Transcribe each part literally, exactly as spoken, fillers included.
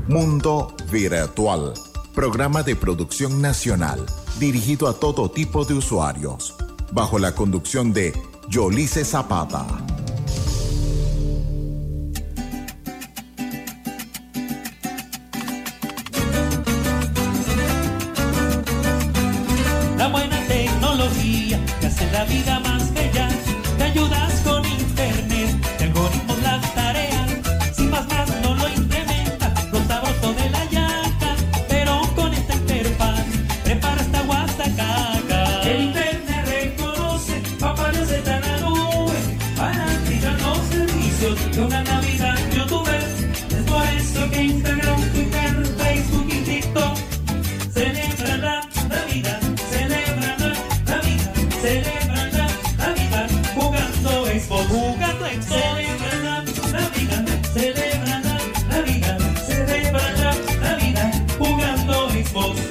Mundo Virtual, programa de producción nacional dirigido a todo tipo de usuarios, bajo la conducción de Yolice Zapata. La buena tecnología te hace la vida más bella, te ayudas con internet, te algoritmos las tareas, sin más más no lo incrementa, lo sabroso de la yaca, pero con esta interfaz prepara esta guasacaca. El internet reconoce, papá Dios está en la nube, para activar los servicios de una Navidad youtuber. Es por eso que Instagram, Twitter, Facebook y TikTok celebran la Navidad, celebran la Navidad, celebran la Navidad, jugando Xbox, jugando Xbox, celebran la Navidad, celebran la Navidad, celebran la Navidad, jugando Xbox.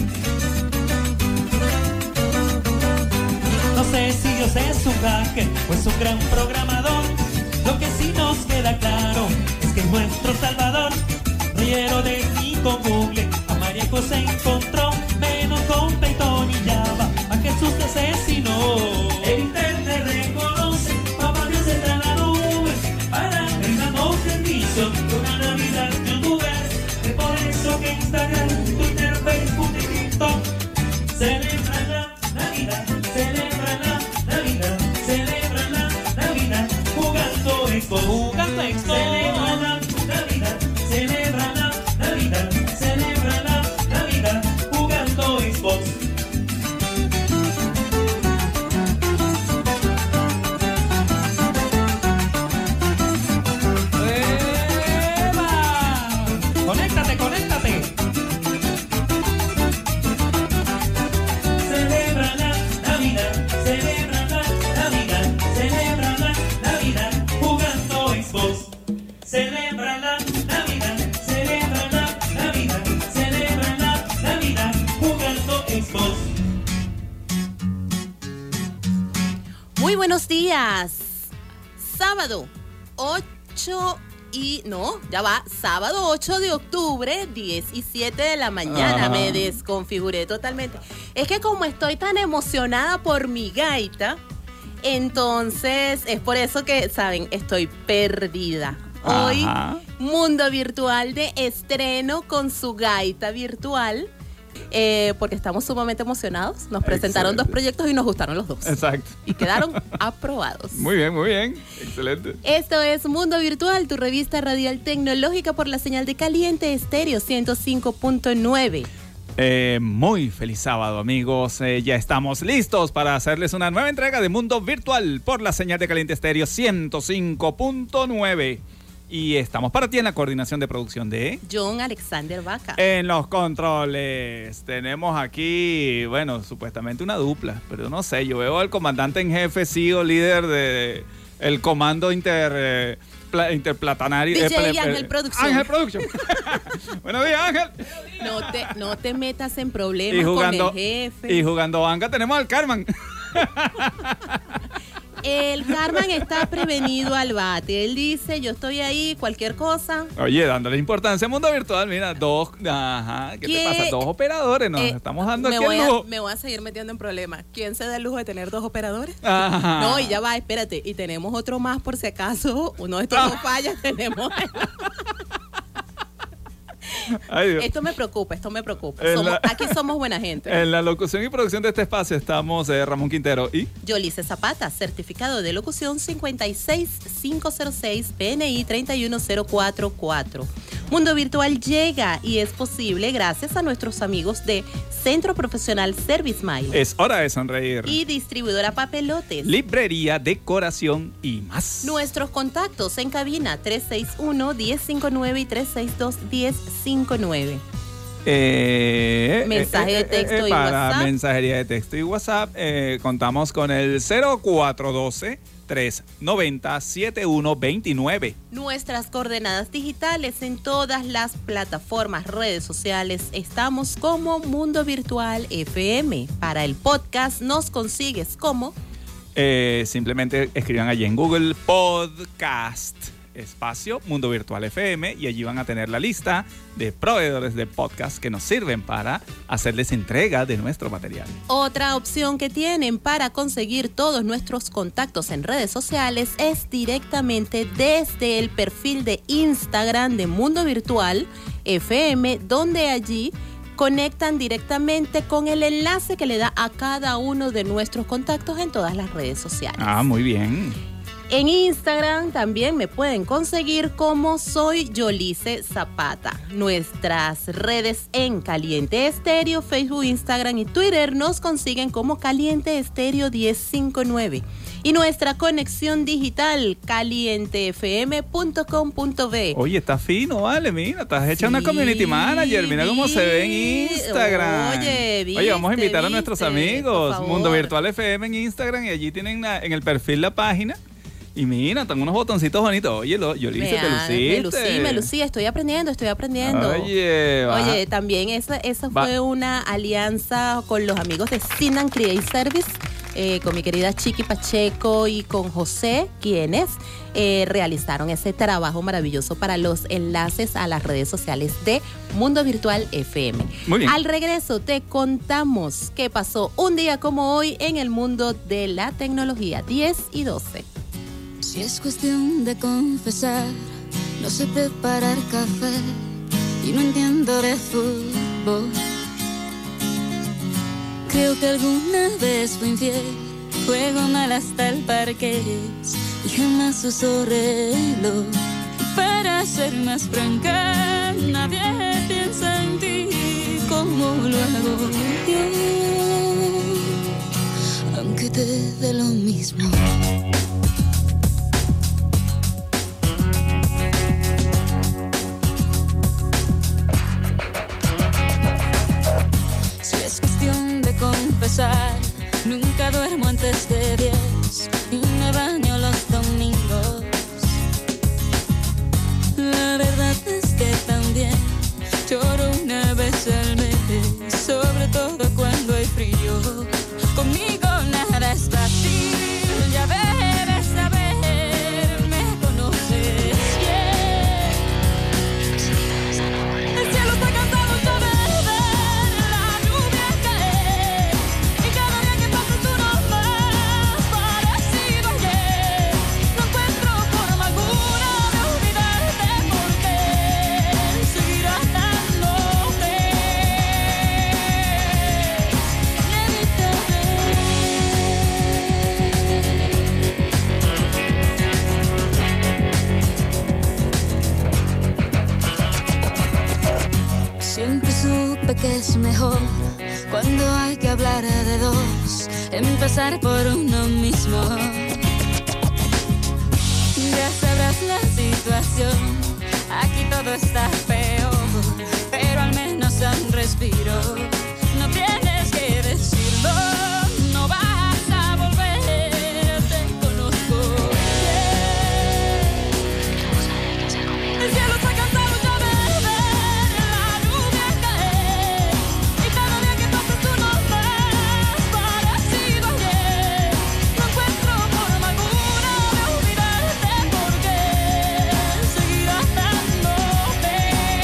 No sé si Dios es un hacker o es un gran programador, lo que sí nos queda claro es que es nuestro Salvador. Riero de mí con Google, a María José encontró, menos con Python y Java, a Jesús te asesinó. El internet reconoce, papá Dios está en la nube, para brindar los servicios de una Navidad youtuber. Es por eso que Instagram, Twitter, Facebook y TikTok celebran la Navidad, celebran la Navidad, celebran la Navidad, jugando Xbox, jugando Xbox, celebran la Navidad, celebran la Navidad, celebran la Navidad, jugando Xbox. ¡Eva! ¡Conéctate, conéctate! Celebra la Navidad, celebra la Navidad, celebra la Navidad, jugando Xbox. Celebra la Navidad, celebra la Navidad, celebra la Navidad, jugando Xbox. Muy buenos días. Sábado ocho y... No, ya va. Sábado ocho de octubre, diez y siete de la mañana. Ajá. Me desconfiguré totalmente. Es que como estoy tan emocionada por mi gaita, entonces es por eso que, ¿saben? Estoy perdida. Hoy, Ajá. Mundo Virtual de estreno con su gaita virtual. Eh, porque estamos sumamente emocionados. Nos presentaron Excelente. dos proyectos y nos gustaron los dos. Exacto. Y quedaron aprobados. Muy bien, muy bien. Excelente. Esto es Mundo Virtual, tu revista radial tecnológica por la señal de Caliente Estéreo ciento cinco punto nueve. Eh, muy feliz sábado, amigos. Eh, ya estamos listos para hacerles una nueva entrega de Mundo Virtual por la señal de Caliente Estéreo ciento cinco punto nueve. Y estamos para ti en la coordinación de producción de... John Alexander Vaca. En los controles tenemos aquí, bueno, supuestamente una dupla, pero no sé, yo veo al comandante en jefe, C E O, líder de el comando inter, eh, pla, interplatanario. D J eh, Ángel Production. Ángel Production. Buenos días, Ángel. No te, no te metas en problemas Y jugando, con el jefe. y jugando banca tenemos al Carman. El Carman está prevenido al bate. Él dice, yo estoy ahí, cualquier cosa. Oye, dándole importancia al mundo virtual, mira, dos, ajá, ¿qué, ¿Qué? te pasa? Dos operadores, nos Eh, estamos dando me aquí voy el a, lujo. me voy a seguir metiendo en problemas. ¿Quién se da el lujo de tener dos operadores? Ajá. No, y ya va, espérate. Y tenemos otro más por si acaso uno de estos Ah. dos falla. Tenemos... Ay, Dios. Esto me preocupa, esto me preocupa. En Somos- la- aquí somos buena gente. En la locución y producción de este espacio estamos eh, Ramón Quintero y... Yolice Zapata, certificado de locución cincuenta y seis mil quinientos seis, P N I treinta y uno mil cuarenta y cuatro. Mundo Virtual llega y es posible gracias a nuestros amigos de Centro Profesional Service Mile Es hora de sonreír. y Distribuidora Papelotes. Librería, decoración y más. Nuestros contactos en cabina tres seis uno, uno cero cinco nueve y tres seis dos, uno cero cinco nueve. Eh, Mensaje de texto y para WhatsApp. mensajería de texto y WhatsApp eh, contamos con el cero cuatro uno dos, tres nueve cero, siete uno dos nueve. Nuestras coordenadas digitales en todas las plataformas, redes sociales, estamos como Mundo Virtual F M. Para el podcast nos consigues como Eh, simplemente escriban allí en Google Podcast espacio Mundo Virtual F M, y allí van a tener la lista de proveedores de podcast que nos sirven para hacerles entrega de nuestro material. Otra opción que tienen para conseguir todos nuestros contactos en redes sociales es directamente desde el perfil de Instagram de Mundo Virtual F M, donde allí conectan directamente con el enlace que le da a cada uno de nuestros contactos en todas las redes sociales. Ah, muy bien. En Instagram también me pueden conseguir como soy Yolice Zapata. Nuestras redes en Caliente Estéreo, Facebook, Instagram y Twitter nos consiguen como Caliente Estéreo diez cincuenta y nueve. Y nuestra conexión digital, caliente f m punto com punto b. Oye, está fino, vale, mira, estás hecha sí, una community manager, mira vi, cómo se ve en Instagram. Oye, viste, Oye, vamos a invitar viste, a nuestros amigos, Mundo Virtual F M en Instagram, y allí tienen la, en el perfil la página. Y mira, están unos botoncitos bonitos. Oye, lo, yo le hice, te luciste. Me lucí, me lucí, estoy aprendiendo, estoy aprendiendo. Oye, va. Oye, también esa, esa fue una alianza con los amigos de Sin and Create Service, eh, con mi querida Chiqui Pacheco y con José, quienes eh, realizaron ese trabajo maravilloso para los enlaces a las redes sociales de Mundo Virtual F M. Muy bien. Al regreso te contamos qué pasó un día como hoy en el mundo de la tecnología, diez y doce. Si es cuestión de confesar, no sé preparar café y no entiendo de fútbol. Creo que alguna vez fui infiel, juego mal hasta el parqués y jamás uso reloj. Para ser más franca, nadie piensa en ti como lo hago yo, aunque te dé lo mismo. Confesar, nunca duermo antes de diez y me baño los domingos. La verdad es que también lloro una vez al mes, sobre todo cuando hay frío. Conmigo nada es fácil, ya debes saber, me conoces bien. El cielo está cansado ya de ver la lluvia caer, y cada día que pasa tú no ves parecido ayer. No encuentro forma alguna de olvidarte, porque seguir amándote inevitablemente. Siempre supe que es mejor cuando hay que hablar de dos, empezar por uno mismo. Ya sabrás la situación, aquí todo está peor, pero al menos da un respiro. No tienes que decirlo, no vas a volver, te conozco bien. El cielo está cansado ya de ver la lluvia caer, y cada día que pasa tú no ves parecido ayer. No encuentro forma alguna de olvidarte, porque seguir amándote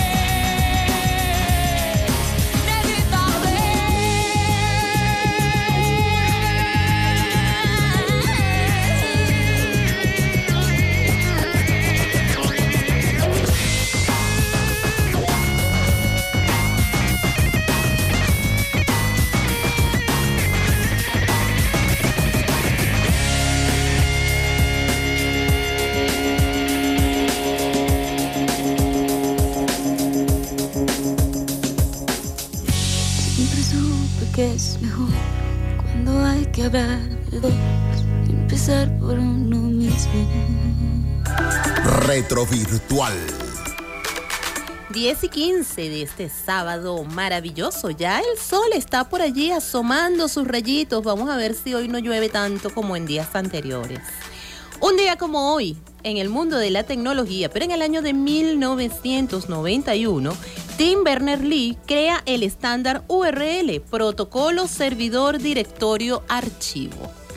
Siempre supe que es mejor cuando hay que hablar de dos, empezar por uno mismo. Retrovirtual. diez y quince de este sábado maravilloso. Ya el sol está por allí asomando sus rayitos. Vamos a ver si hoy no llueve tanto como en días anteriores. Un día como hoy, en el mundo de la tecnología, pero en el año de mil novecientos noventa y uno, Tim Berners-Lee crea el estándar U R L, Protocolo Servidor Directorio Archivo.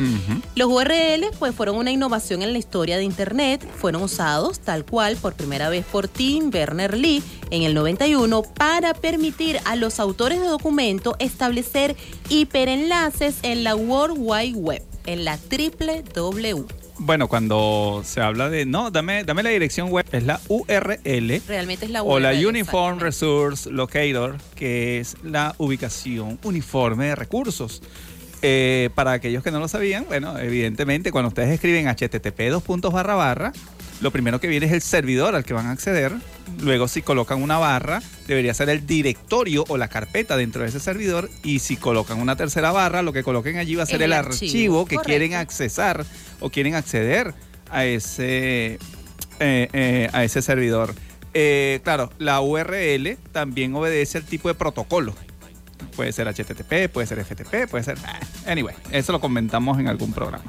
Ujú. Los U R L pues fueron una innovación en la historia de Internet, fueron usados tal cual por primera vez por Tim Berners-Lee en el noventa y uno para permitir a los autores de documento establecer hiperenlaces en la World Wide Web, en la triple W. Bueno, cuando se habla de, no, dame, dame la dirección web, es la U R L. Realmente es la O U R L. la Uniform exactamente. Resource Locator, que es la ubicación uniforme de recursos. Eh, para aquellos que no lo sabían, bueno, evidentemente cuando ustedes escriben H T T P dos puntos barra barra, lo primero que viene es el servidor al que van a acceder. Luego, si colocan una barra, debería ser el directorio o la carpeta dentro de ese servidor. Y si colocan una tercera barra, lo que coloquen allí va a ser El el, archivo, archivo que correcto. quieren accesar o quieren acceder a ese, eh, eh, a ese servidor. Eh, claro, la U R L también obedece al tipo de protocolo. Puede ser H T T P, puede ser F T P, puede ser... Anyway, eso lo comentamos en algún programa.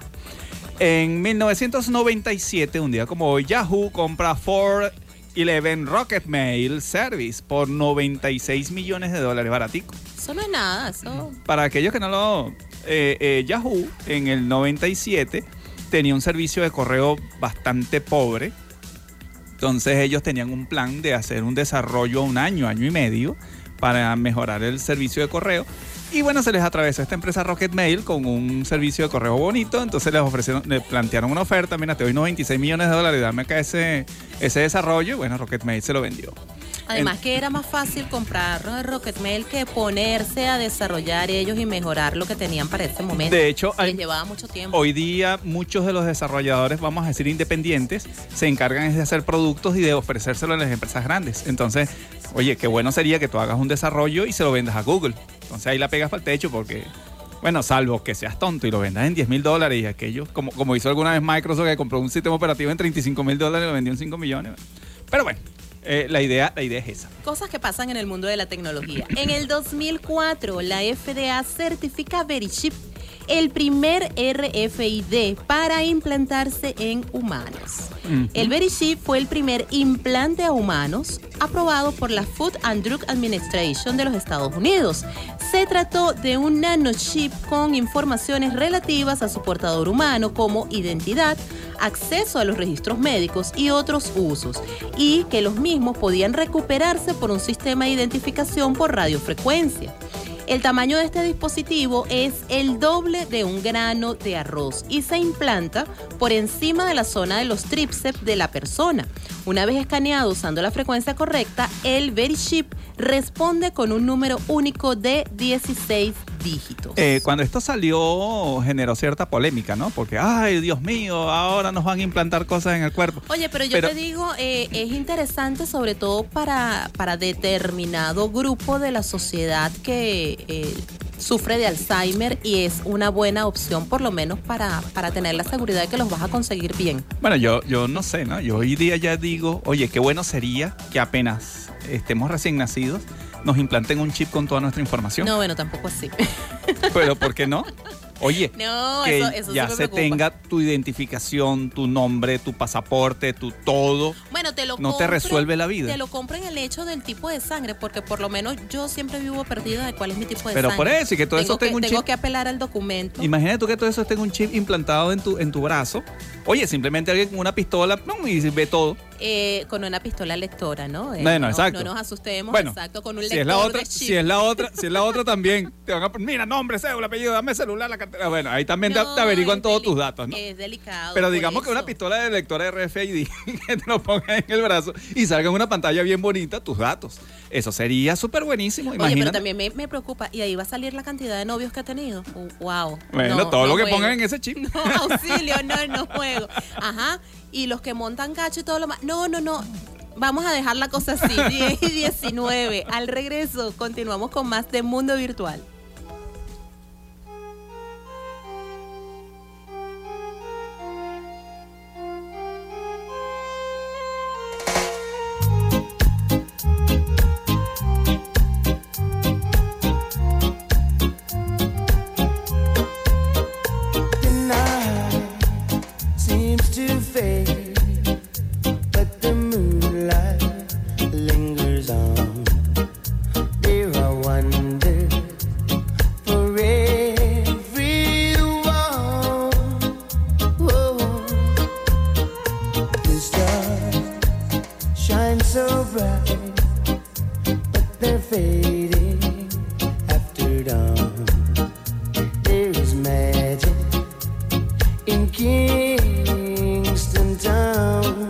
En mil novecientos noventa y siete, un día como hoy, Yahoo compra cuatrocientos once Rocket Mail Service por noventa y seis millones de dólares, baratico. Eso no es nada, eso... Para aquellos que no lo... eh, eh, Yahoo en el noventa y siete tenía un servicio de correo bastante pobre. Entonces ellos tenían un plan de hacer un desarrollo a un año, año y medio, para mejorar el servicio de correo. Y bueno, se les atravesó esta empresa Rocket Mail con un servicio de correo bonito. Entonces les ofrecieron, les plantearon una oferta. Mira, te doy noventa y seis millones de dólares, dame acá ese, ese desarrollo. Y bueno, Rocket Mail se lo vendió. Además En- que era más fácil comprar Rocket Mail que ponerse a desarrollar ellos y mejorar lo que tenían para ese momento. De hecho, Les hay- llevaba mucho tiempo. Hoy día muchos de los desarrolladores, vamos a decir independientes, se encargan es de hacer productos y de ofrecérselo a las empresas grandes. Entonces, oye, qué bueno sería que tú hagas un desarrollo y se lo vendas a Google. Entonces ahí la pegas para el techo porque, bueno, salvo que seas tonto y lo vendas en diez mil dólares y aquello, como, como hizo alguna vez Microsoft que compró un sistema operativo en treinta y cinco mil dólares y lo vendió en cinco millones. Pero bueno, eh, la, idea, la idea es esa. Cosas que pasan en el mundo de la tecnología. En el dos mil cuatro, la F D A certifica VeriChip, el primer R F I D para implantarse en humanos. Ujú. El VeriChip fue el primer implante a humanos aprobado por la Food and Drug Administration de los Estados Unidos. Se trató de un nanochip con informaciones relativas a su portador humano como identidad, acceso a los registros médicos y otros usos, y que los mismos podían recuperarse por un sistema de identificación por radiofrecuencia. El tamaño de este dispositivo es el doble de un grano de arroz y se implanta por encima de la zona de los tríceps de la persona. Una vez escaneado usando la frecuencia correcta, el VeriChip responde con un número único de dieciséis dígitos. Eh, cuando esto salió generó cierta polémica, ¿no? Porque, ay, Dios mío, ahora nos van a implantar cosas en el cuerpo. Oye, pero yo Pero- te digo, eh, es interesante sobre todo para, para determinado grupo de la sociedad que eh, sufre de Alzheimer y es una buena opción por lo menos para, para tener la seguridad de que los vas a conseguir bien. Bueno, yo, yo no sé, ¿no? Yo hoy día ya digo, oye, qué bueno sería que apenas estemos recién nacidos, nos implanten un chip con toda nuestra información. No, bueno, tampoco así. Pero, ¿por qué no? Oye, No, que eso, eso sí ya me se preocupa. tenga tu identificación, tu nombre, tu pasaporte, tu todo. Bueno, te lo no te compro- resuelve la vida. Te lo compro en el hecho del tipo de sangre, porque por lo menos yo siempre vivo perdida de cuál es mi tipo de Pero sangre. por eso, y que todo eso tengo tenga un Tengo chip. que apelar al documento. Imagínate tú que todo eso tenga un chip implantado en tu, en tu brazo. Oye, simplemente alguien con una pistola ¡pum! Y ve todo. Eh, con una pistola lectora, ¿no? Eh, Bueno, no, exacto. No nos asustemos, Bueno, exacto, con un si lector es la otra, de chip. si es la otra, si es la otra también, te van a poner, mira, nombre, cédula, apellido, dame celular, la cartera. Bueno, ahí también te- No, te, averiguan es todos deli- tus datos, ¿no? Es delicado. Pero por digamos que una eso. pistola de lectora de R F I D que te lo pongas en el brazo y salga en una pantalla bien bonita tus datos. Eso sería súper buenísimo, Oye, imagínate. pero también me, me preocupa. Y ahí va a salir la cantidad de novios que ha tenido. Uh, wow. Bueno, No, todo no lo que juego. pongan en ese chip. No, auxilio, no, no juego. Ajá. Y los que montan gacho y todo lo más. No, no, no. Vamos a dejar la cosa así. diez y diecinueve. Al regreso, continuamos con más de Mundo Virtual. The night seems to fade, but the moonlight lingers on. Dear, I wonder fading after dawn. There is magic in Kingston Town.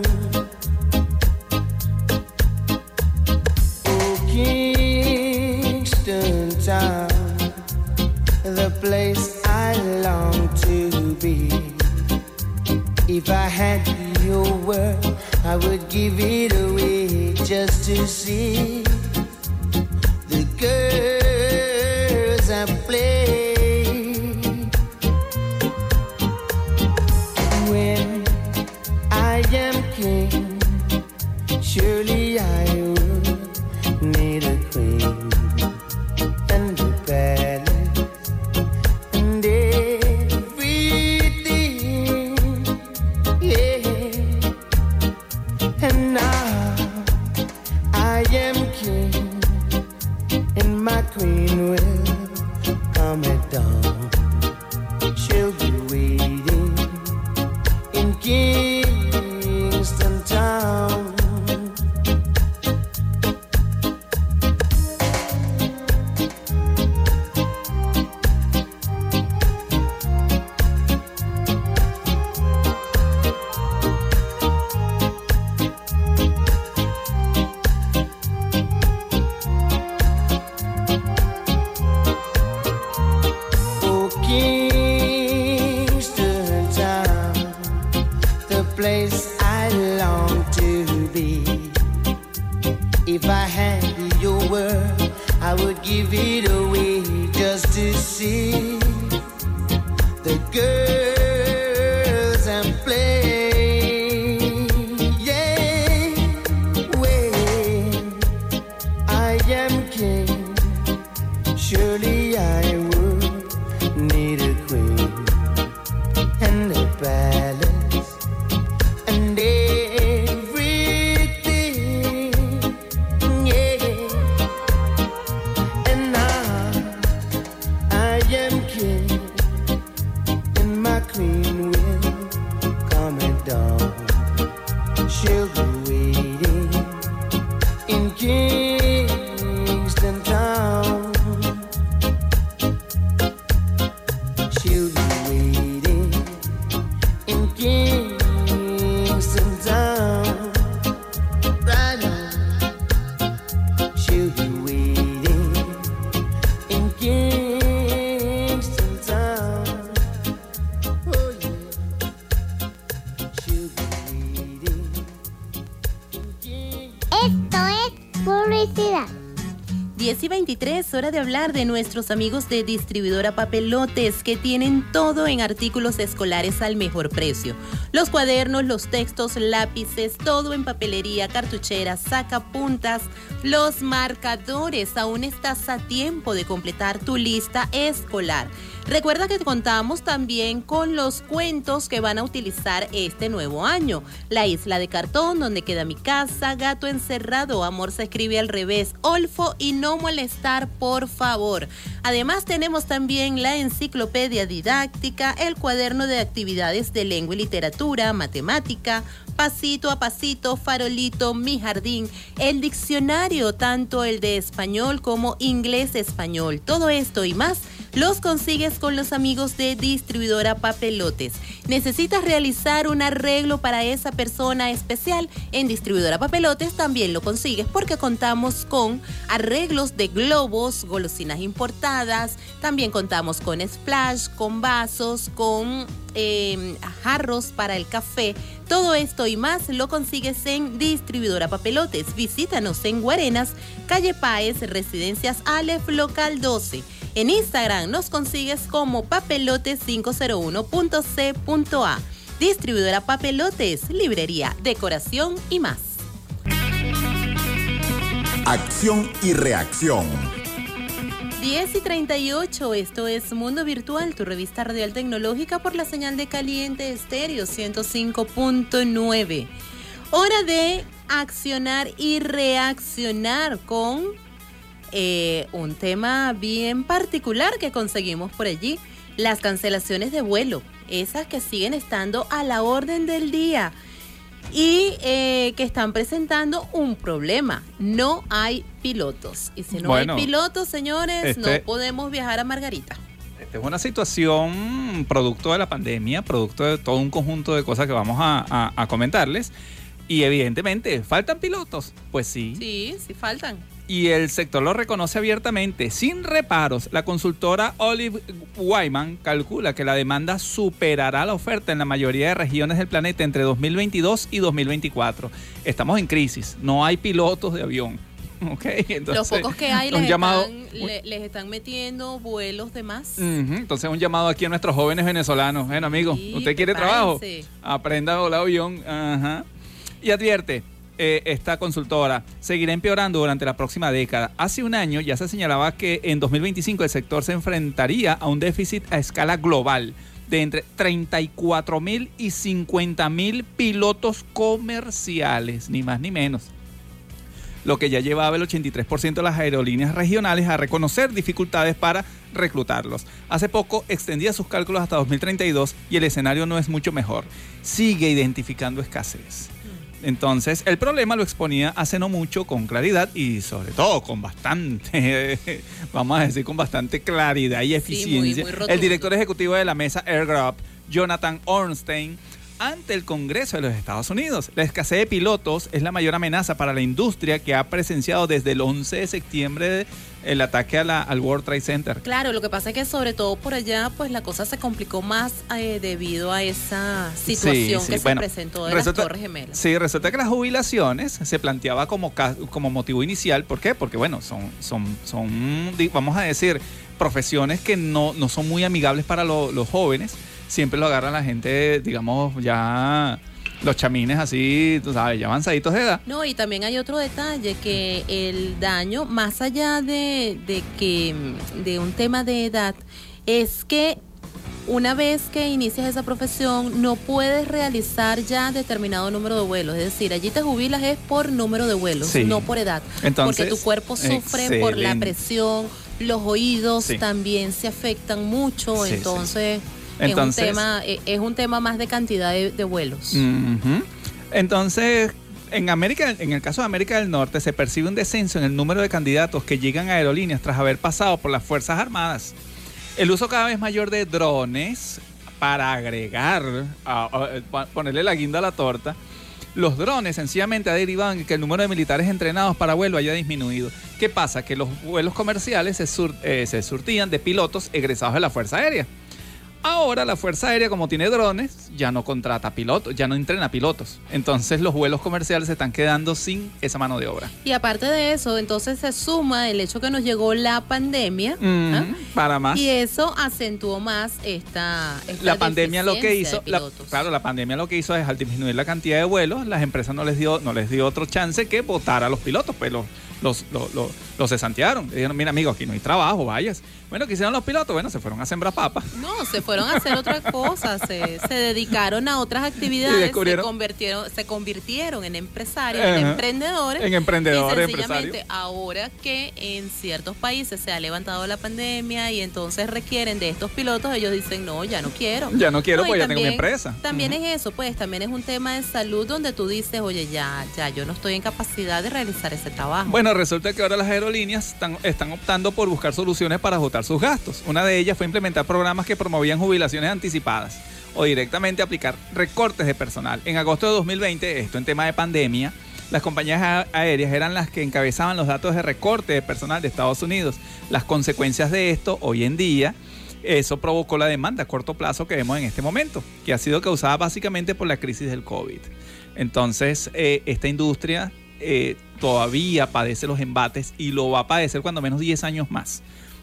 Oh, Kingston Town, the place I long to be. If I had your world, I would give it away just to see the girls I play. When I am king, surely I would need a queen and a palace and everything, yeah. And now I am king, and my queen will come at dawn. She'll be waiting in Kingston Town. Oh, Kingston Town, the place I long to be. If I had your word, I would give it away just to see the girls and play. Yeah, when I am king, surely I would need a queen and a palace and everything, yeah. And now I am king, and my queen will come at dawn. She'll be waiting in Kingston Town. She'll be waiting in Kingston Town. Right now, she'll be waiting in Kingston Town. Oh yeah, she'll be waiting in Kingston. Esto es publicidad. diez y veintitrés, hora de hablar de nuestros amigos de Distribuidora Papelotes, que tienen todo en artículos escolares al mejor precio. Los cuadernos, los textos, lápices, todo en papelería, cartucheras, sacapuntas, los marcadores. Aún estás a tiempo de completar tu lista escolar. Recuerda que contamos también con los cuentos que van a utilizar este nuevo año. La isla de cartón, Donde queda mi casa, Gato encerrado, Amor se escribe al revés, Olfo y no molestar, por favor. Además tenemos también la enciclopedia didáctica, el cuaderno de actividades de lengua y literatura, matemática, Pasito a Pasito, Farolito, Mi Jardín, el diccionario, tanto el de español como inglés-español. Todo esto y más los consigues con los amigos de Distribuidora Papelotes. ¿Necesitas realizar un arreglo para esa persona especial? En Distribuidora Papelotes también lo consigues porque contamos con arreglos de globos, golosinas importadas, también contamos con splash, con vasos, con eh, jarros para el café. Todo esto y más lo consigues en Distribuidora Papelotes. Visítanos en Guarenas, calle Páez, Residencias Aleph, local doce. En Instagram nos consigues como papelotes cinco cero uno punto c punto a. Distribuidora Papelotes, librería, decoración y más. Acción y reacción. diez y treinta y ocho, esto es Mundo Virtual, tu revista radial tecnológica por la señal de Caliente Estéreo ciento cinco punto nueve. Hora de accionar y reaccionar con eh, un tema bien particular que conseguimos por allí, las cancelaciones de vuelo, esas que siguen estando a la orden del día. y eh, que están presentando un problema. No hay pilotos. Y si no Bueno, hay pilotos, señores, este- no podemos viajar a Margarita. Esta es una situación producto de la pandemia, producto de todo un conjunto de cosas que vamos a, a- a comentarles. Y evidentemente, ¿faltan pilotos? Pues sí. Sí, sí faltan. Y el sector lo reconoce abiertamente, sin reparos. La consultora Olive Wyman calcula que la demanda superará la oferta en la mayoría de regiones del planeta entre dos mil veintidós y dos mil veinticuatro. Estamos en crisis, no hay pilotos de avión. Okay, entonces, Los pocos que hay un les, llamado, están, le- les están metiendo vuelos de más. Ujú, entonces un llamado aquí a nuestros jóvenes venezolanos. Bueno, amigo, Sí, ¿usted quiere trabajo? prepárense. Aprenda a volar avión. Ajá. Y advierte, eh, esta consultora seguirá empeorando durante la próxima década. Hace un año ya se señalaba que en dos mil veinticinco el sector se enfrentaría a un déficit a escala global de entre treinta y cuatro mil y cincuenta mil pilotos comerciales, ni más ni menos. Lo que ya llevaba el ochenta y tres por ciento de las aerolíneas regionales a reconocer dificultades para reclutarlos. Hace poco extendía sus cálculos hasta dos mil treinta y dos y el escenario no es mucho mejor. Sigue identificando escasez. Entonces, el problema lo exponía hace no mucho con claridad y sobre todo con bastante, vamos a decir, con bastante claridad y Sí, muy- eficiencia. muy rotundo. El director ejecutivo de la mesa Air Group, Jonathan Ornstein, ante el Congreso de los Estados Unidos. La escasez de pilotos es la mayor amenaza para la industria que ha presenciado desde el once de septiembre el ataque a la, al World Trade Center. Claro, lo que pasa es que sobre todo por allá, pues la cosa se complicó más eh, debido a esa situación Sí, sí, que se bueno, presentó de resulta- las Torres Gemelas. Sí, resulta que las jubilaciones se planteaba como, ca- como motivo inicial. ¿Por qué? Porque, bueno, son, son, son di- vamos a decir, profesiones que no, no son muy amigables para lo- los jóvenes. Siempre lo agarra la gente, digamos, ya los chamines así, tú sabes, ya avanzaditos de edad. No, y también hay otro detalle, que el daño, más allá de, de que de un tema de edad, es que una vez que inicias esa profesión, no puedes realizar ya determinado número de vuelos. Es decir, allí te jubilas es por número de vuelos, Sí. no por edad. Entonces, porque tu cuerpo sufre por la excelente. presión, los oídos Sí. también se afectan mucho, Sí, sí. entonces, Entonces- es un tema, eh, es un tema más de cantidad de, de vuelos. Ujú. Entonces, en América, en el caso de América del Norte, se percibe un descenso en el número de candidatos que llegan a aerolíneas tras haber pasado por las Fuerzas Armadas. El uso cada vez mayor de drones para agregar, a- a- a ponerle la guinda a la torta. Los drones sencillamente ha derivado en que el número de militares entrenados para vuelo haya disminuido. ¿Qué pasa? Que los vuelos comerciales se, sur- eh, se surtían de pilotos egresados de la Fuerza Aérea. Ahora la Fuerza Aérea, como tiene drones, ya no contrata pilotos, ya no entrena pilotos. Entonces los vuelos comerciales se están quedando sin esa mano de obra. Y aparte de eso, entonces se suma el hecho que nos llegó la pandemia, ¿ah? Ujú, para más. Y eso acentuó más esta, esta La pandemia lo que deficiencia hizo, de la- pilotos. claro, la pandemia lo que hizo es al disminuir la cantidad de vuelos, las empresas no les dio, no les dio otro chance que votar a los pilotos, pues los, los, los, los, los cesantearon. Le dijeron, mira amigo, aquí no hay trabajo, vayas. Bueno, ¿qué hicieron los pilotos? Bueno, se fueron a sembrar papas. No, se fueron a hacer otra cosa, se, se dedicaron a otras Y actividades, se descubrieron- convirtieron, se convirtieron en empresarios, en Ajá. emprendedores. En emprendedores, y sencillamente, empresarios. ahora que en ciertos países se ha levantado la pandemia y entonces requieren de estos pilotos, ellos dicen, no, ya no quiero. Ya no quiero, y pues ya tengo mi también- empresa. También Ujú. es eso, pues, también es un tema de salud donde tú dices, oye, ya, ya, yo no estoy en capacidad de realizar ese trabajo. Bueno, resulta que ahora las aerolíneas están, están optando por buscar soluciones para agotar sus gastos. Una de ellas fue implementar programas que promovían jubilaciones anticipadas o directamente aplicar recortes de personal. En agosto de dos mil veinte, esto en tema de pandemia, las compañías a- aéreas eran las que encabezaban los datos de recorte de personal de Estados Unidos. Las consecuencias de esto hoy en día, eso provocó la demanda a corto plazo que vemos en este momento, que ha sido causada básicamente por la crisis del COVID. Entonces, eh, esta industria eh, todavía padece los embates y lo va a padecer cuando menos diez años más.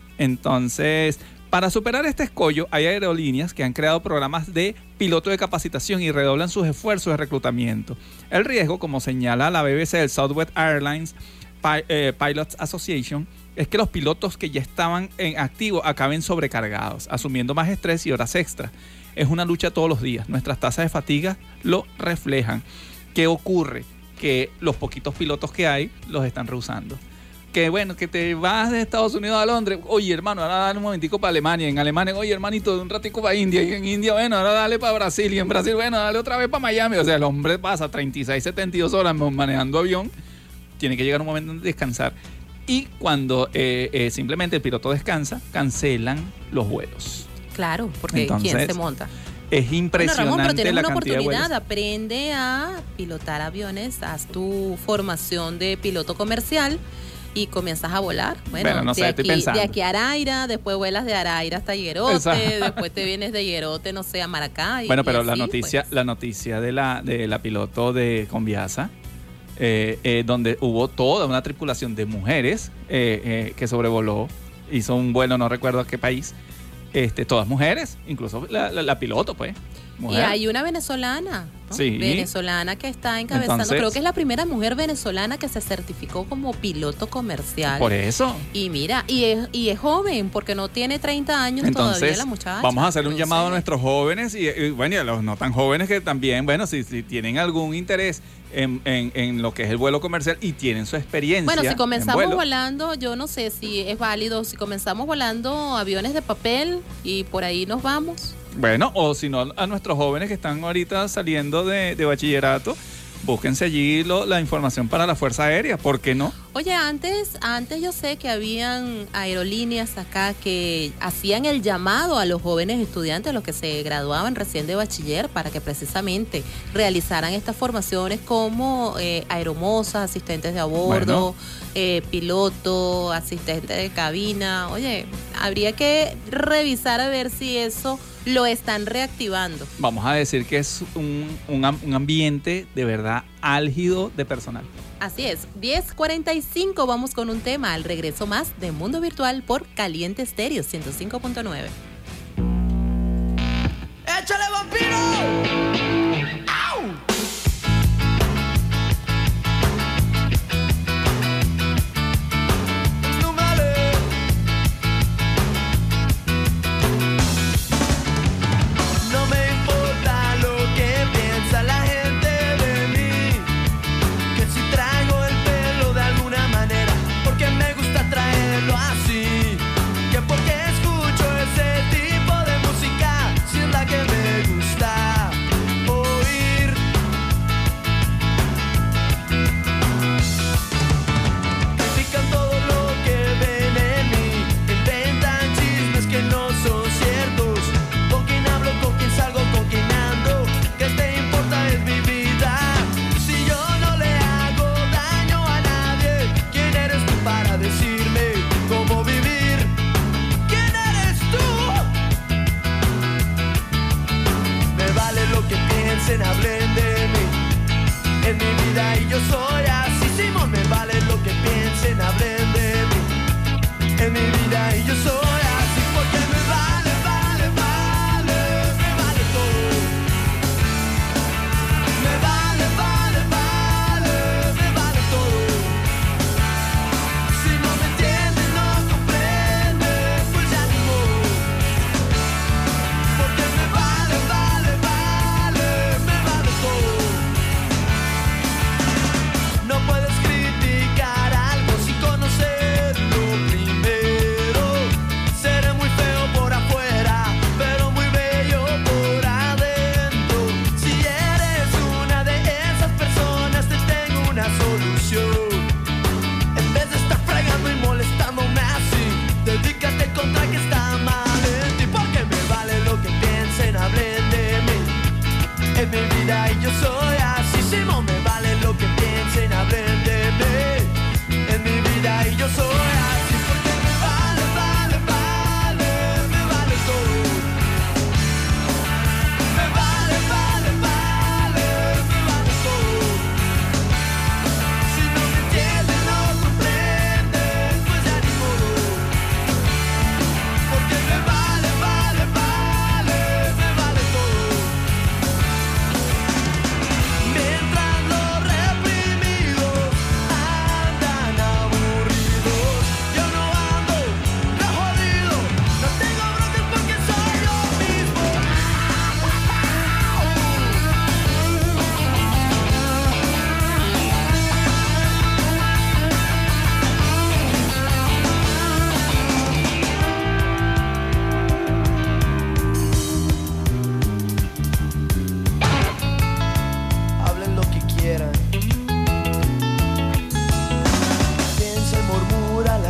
Entonces, para superar este escollo, hay aerolíneas que han creado programas de piloto de capacitación y redoblan sus esfuerzos de reclutamiento. El riesgo, como señala la B B C del Southwest Airlines Pi- eh, Pilots Association, es que los pilotos que ya estaban en activo acaben sobrecargados, asumiendo más estrés y horas extra. Es una lucha todos los días. Nuestras tasas de fatiga lo reflejan. ¿Qué ocurre? Que los poquitos pilotos que hay los están rehusando. que bueno, que te vas de Estados Unidos a Londres, oye hermano, ahora dale un momentico para Alemania, en Alemania, oye hermanito, un ratico para India, y en India, bueno, ahora dale para Brasil, y en Brasil, bueno, dale otra vez para Miami. O sea, el hombre pasa treinta y seis, setenta y dos horas manejando avión, tiene que llegar un momento de descansar. Y cuando eh, eh, simplemente el piloto descansa, cancelan los vuelos. Claro, porque Entonces, ¿quién se monta? Es impresionante. Bueno, Ramón, pero tienes la una cantidad de oportunidad, vuelos. aprende a pilotar aviones, haz tu formación de piloto comercial y comienzas a volar. Bueno, Bueno, no sé, de, estoy aquí, pensando. de aquí a Araira, después vuelas de Araira hasta Higuerote, Exacto. después te vienes de Higuerote, no sé, a Maracay. Bueno, y pero la así, noticia, pues. la noticia de la, de la piloto de Conviasa, eh, eh, donde hubo toda una tripulación de mujeres eh, eh, que sobrevoló, hizo un vuelo, no recuerdo a qué país, este, todas mujeres, incluso la, la, la piloto, pues. Y Mujer. hay una venezolana, ¿no? Sí. venezolana que está encabezando, Entonces- creo que es la primera mujer venezolana que se certificó como piloto comercial. Por eso. Y mira, y es, y es joven, porque no tiene treinta años todavía Entonces, la muchacha. vamos a hacer un Entonces, llamado a nuestros jóvenes y, y, bueno, y a los no tan jóvenes que también, bueno, si, si tienen algún interés en, en, en lo que es el vuelo comercial y tienen su experiencia. Bueno, si en comenzamos vuelo, volando, yo no sé si es válido, si comenzamos volando aviones de papel y por ahí nos vamos. Bueno, o si no, a nuestros jóvenes que están ahorita saliendo de, de bachillerato, búsquense allí lo- la información para la Fuerza Aérea, ¿por qué no? Oye, antes, antes yo sé que habían aerolíneas acá que hacían el llamado a los jóvenes estudiantes, los que se graduaban recién de bachiller, para que precisamente realizaran estas formaciones como eh, aeromosas, asistentes de a bordo, Bueno. eh, piloto, asistente de cabina. Oye, habría que revisar a ver si eso lo están reactivando. Vamos a decir que es un, un am- un ambiente de verdad álgido de personal. Así es, diez cuarenta y cinco, vamos con un tema al regreso más de Mundo Virtual por Caliente Estéreo ciento cinco punto nueve. ¡Échale, vampiro! ¡Au! No vale. No me importa lo que piensa la gente de mí, que si traigo el pelo de alguna manera, porque me gusta traerlo así, que porque escucho ese tipo de música, si es la que me gusta oír. Critican todo lo que ven en mí, inventan chismes que no son ciertos. Con quién hablo, con quién salgo, con quién ando, ¿qué te importa? Es mi vida. Si yo no le hago daño a nadie, ¿quién eres tú para decirme cómo vivir? ¿Quién eres tú? Me vale lo que piensen, hablen de mí. En mi vida y yo soy así, Simón. Me vale lo que piensen, hablen de mí. En mi vida y yo soy así, porque me vale, vale, vale, me vale todo. Me vale, vale, vale, me vale todo. Si no me entiendes, no comprendes, pues ya ni modo. Porque me vale, vale, vale, me vale todo. No puedes criticar algo sin conocerlo primero.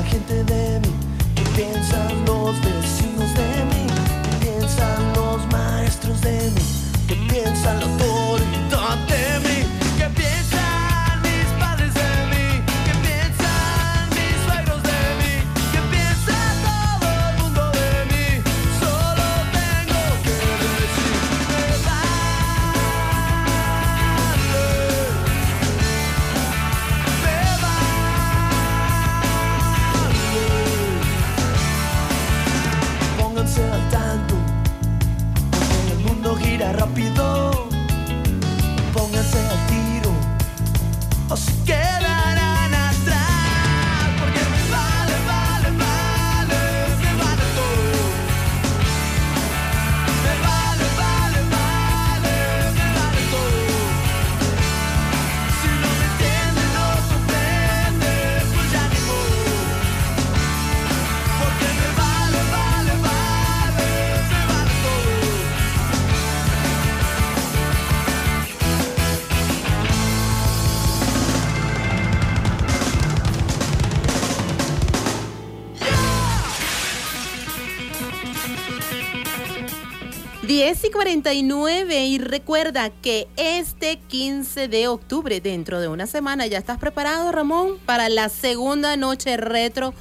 gente de mí? ¿Qué piensan los vecinos de mí? ¿Qué piensan los maestros de mí? ¿Qué piensan la autoridad de mí? ¿Qué piensan mis padres de mí? ¿Qué piensan mis suegros de mí? ¿Qué piensa todo el mundo de mí? Solo tengo que decir, me vale, me vale. Pónganse al tanto, porque el mundo gira rápido. Pónganse al tiro, o se quedarán atrás, porque me vale, vale, vale, me vale todo. Me vale, vale, vale, me vale todo. Si no me entiende, no comprende, pues ya ni modo. Porque me vale, vale, vale, me vale todo. diez y cuarenta y nueve y recuerda que este quince de octubre, dentro de una semana, ¿ya estás preparado, Ramón? Para la segunda noche retro,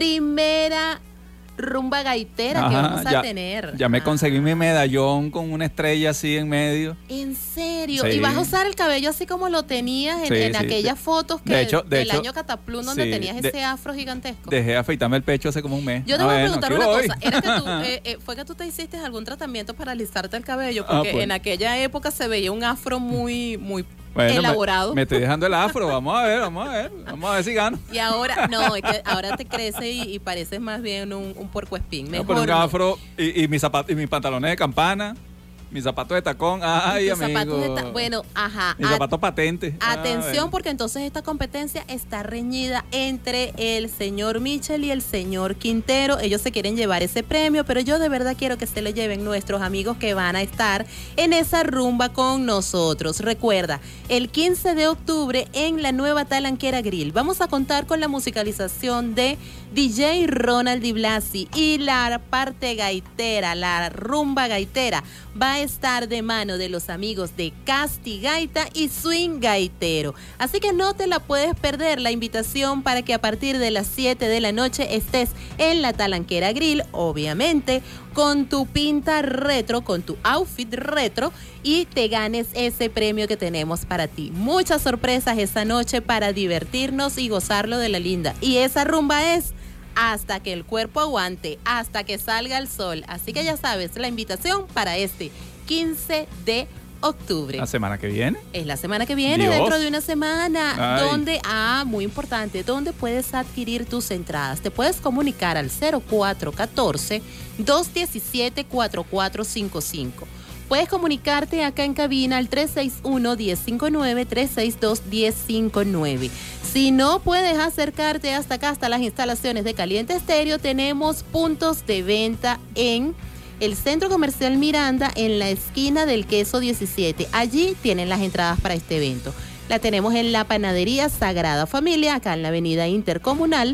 primera rumba gaitera que Ajá, vamos a ya, tener. Ya me Ah. conseguí mi medallón con una estrella así en medio. ¿En serio? Sí. ¿Y vas a usar el cabello así como lo tenías en, Sí, en sí. aquellas fotos que De hecho- de del hecho, año Cataplum donde sí, tenías de- ese afro gigantesco? Dejé de afeitarme el pecho hace como un mes. Yo te Ah, voy a bueno, preguntar aquí una voy. cosa. ¿Era que tú, eh, eh, ¿Fue que tú te hiciste algún tratamiento para alisarte el cabello? Ah, Porque pues. en aquella época se veía un afro muy, muy Bueno, me- elaborado. Me, estoy dejando el afro. Vamos a ver, vamos a ver. Vamos a ver si gano. Y ahora, no, es que ahora te crece y, y pareces más bien un, un puercoespín. No, Mejor pero un no. afro y, y mis zapatos y mis pantalones de campana, mis zapatos de tacón. Ay, Y tus amigo. zapatos de ta- bueno, ajá. Mis a- zapatos patentes. Ah, Atención, bueno. porque entonces esta competencia está reñida entre el señor Michel y el señor Quintero. Ellos se quieren llevar ese premio, pero yo de verdad quiero que se lo lleven nuestros amigos que van a estar en esa rumba con nosotros. Recuerda, el quince de octubre en la nueva Talanquera Grill vamos a contar con la musicalización de D J Ronald Di Blasi y la parte gaitera, la rumba gaitera, va a estar de mano de los amigos de Casti Gaita y Swing Gaitero. Así que no te la puedes perder, la invitación para que a partir de las siete de la noche estés en la Talanquera Grill, obviamente, con tu pinta retro, con tu outfit retro y te ganes ese premio que tenemos para ti. Muchas sorpresas esa noche para divertirnos y gozarlo de la linda. Y esa rumba es hasta que el cuerpo aguante, hasta que salga el sol. Así que ya sabes, la invitación para este quince de octubre. La semana que viene. Es la semana que viene, Dios. dentro de una semana, Ay. donde, ah, muy importante, donde puedes adquirir tus entradas. Te puedes comunicar al cero cuatro uno cuatro, dos uno siete, cuatro cuatro cinco cinco. Puedes comunicarte acá en cabina al tres seis uno, uno cero cinco nueve, tres seis dos, uno cero cinco nueve. Si no puedes acercarte hasta acá, hasta las instalaciones de Caliente Estéreo, tenemos puntos de venta en el Centro Comercial Miranda, en la esquina del Queso diecisiete. Allí tienen las entradas para este evento. La tenemos en la Panadería Sagrada Familia, acá en la Avenida Intercomunal.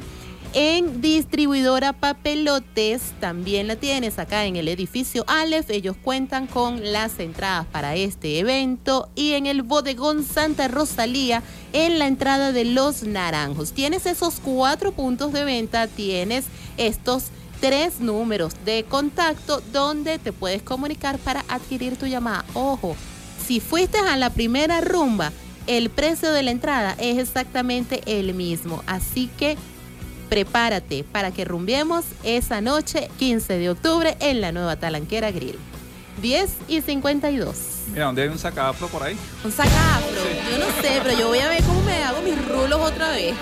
En Distribuidora Papelotes también la tienes acá en el edificio Aleph. Ellos cuentan con las entradas para este evento. Y en el Bodegón Santa Rosalía, en la entrada de Los Naranjos. Tienes esos cuatro puntos de venta, tienes estos tres números de contacto donde te puedes comunicar para adquirir tu llamada. Ojo, si fuiste a la primera rumba, el precio de la entrada es exactamente el mismo. Así que prepárate para que rumbiemos esa noche, quince de octubre, en la nueva Talanquera Grill. diez y cincuenta y dos. Mira, ¿dónde hay un sacafro por ahí? Un sacafro. Yo no sé, pero yo voy a ver cómo me hago mis rulos otra vez.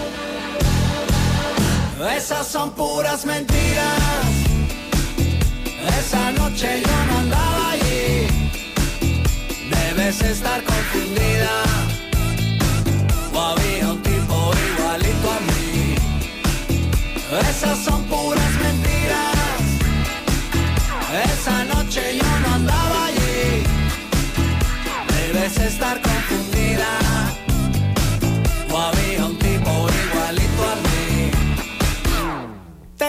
Esas son puras mentiras. Esa noche yo no andaba allí. Debes estar confundida. O había un tipo igualito a mí. Esas son puras mentiras. Esa noche yo no andaba allí. Debes estar confundida. O había un tipo igualito a mí.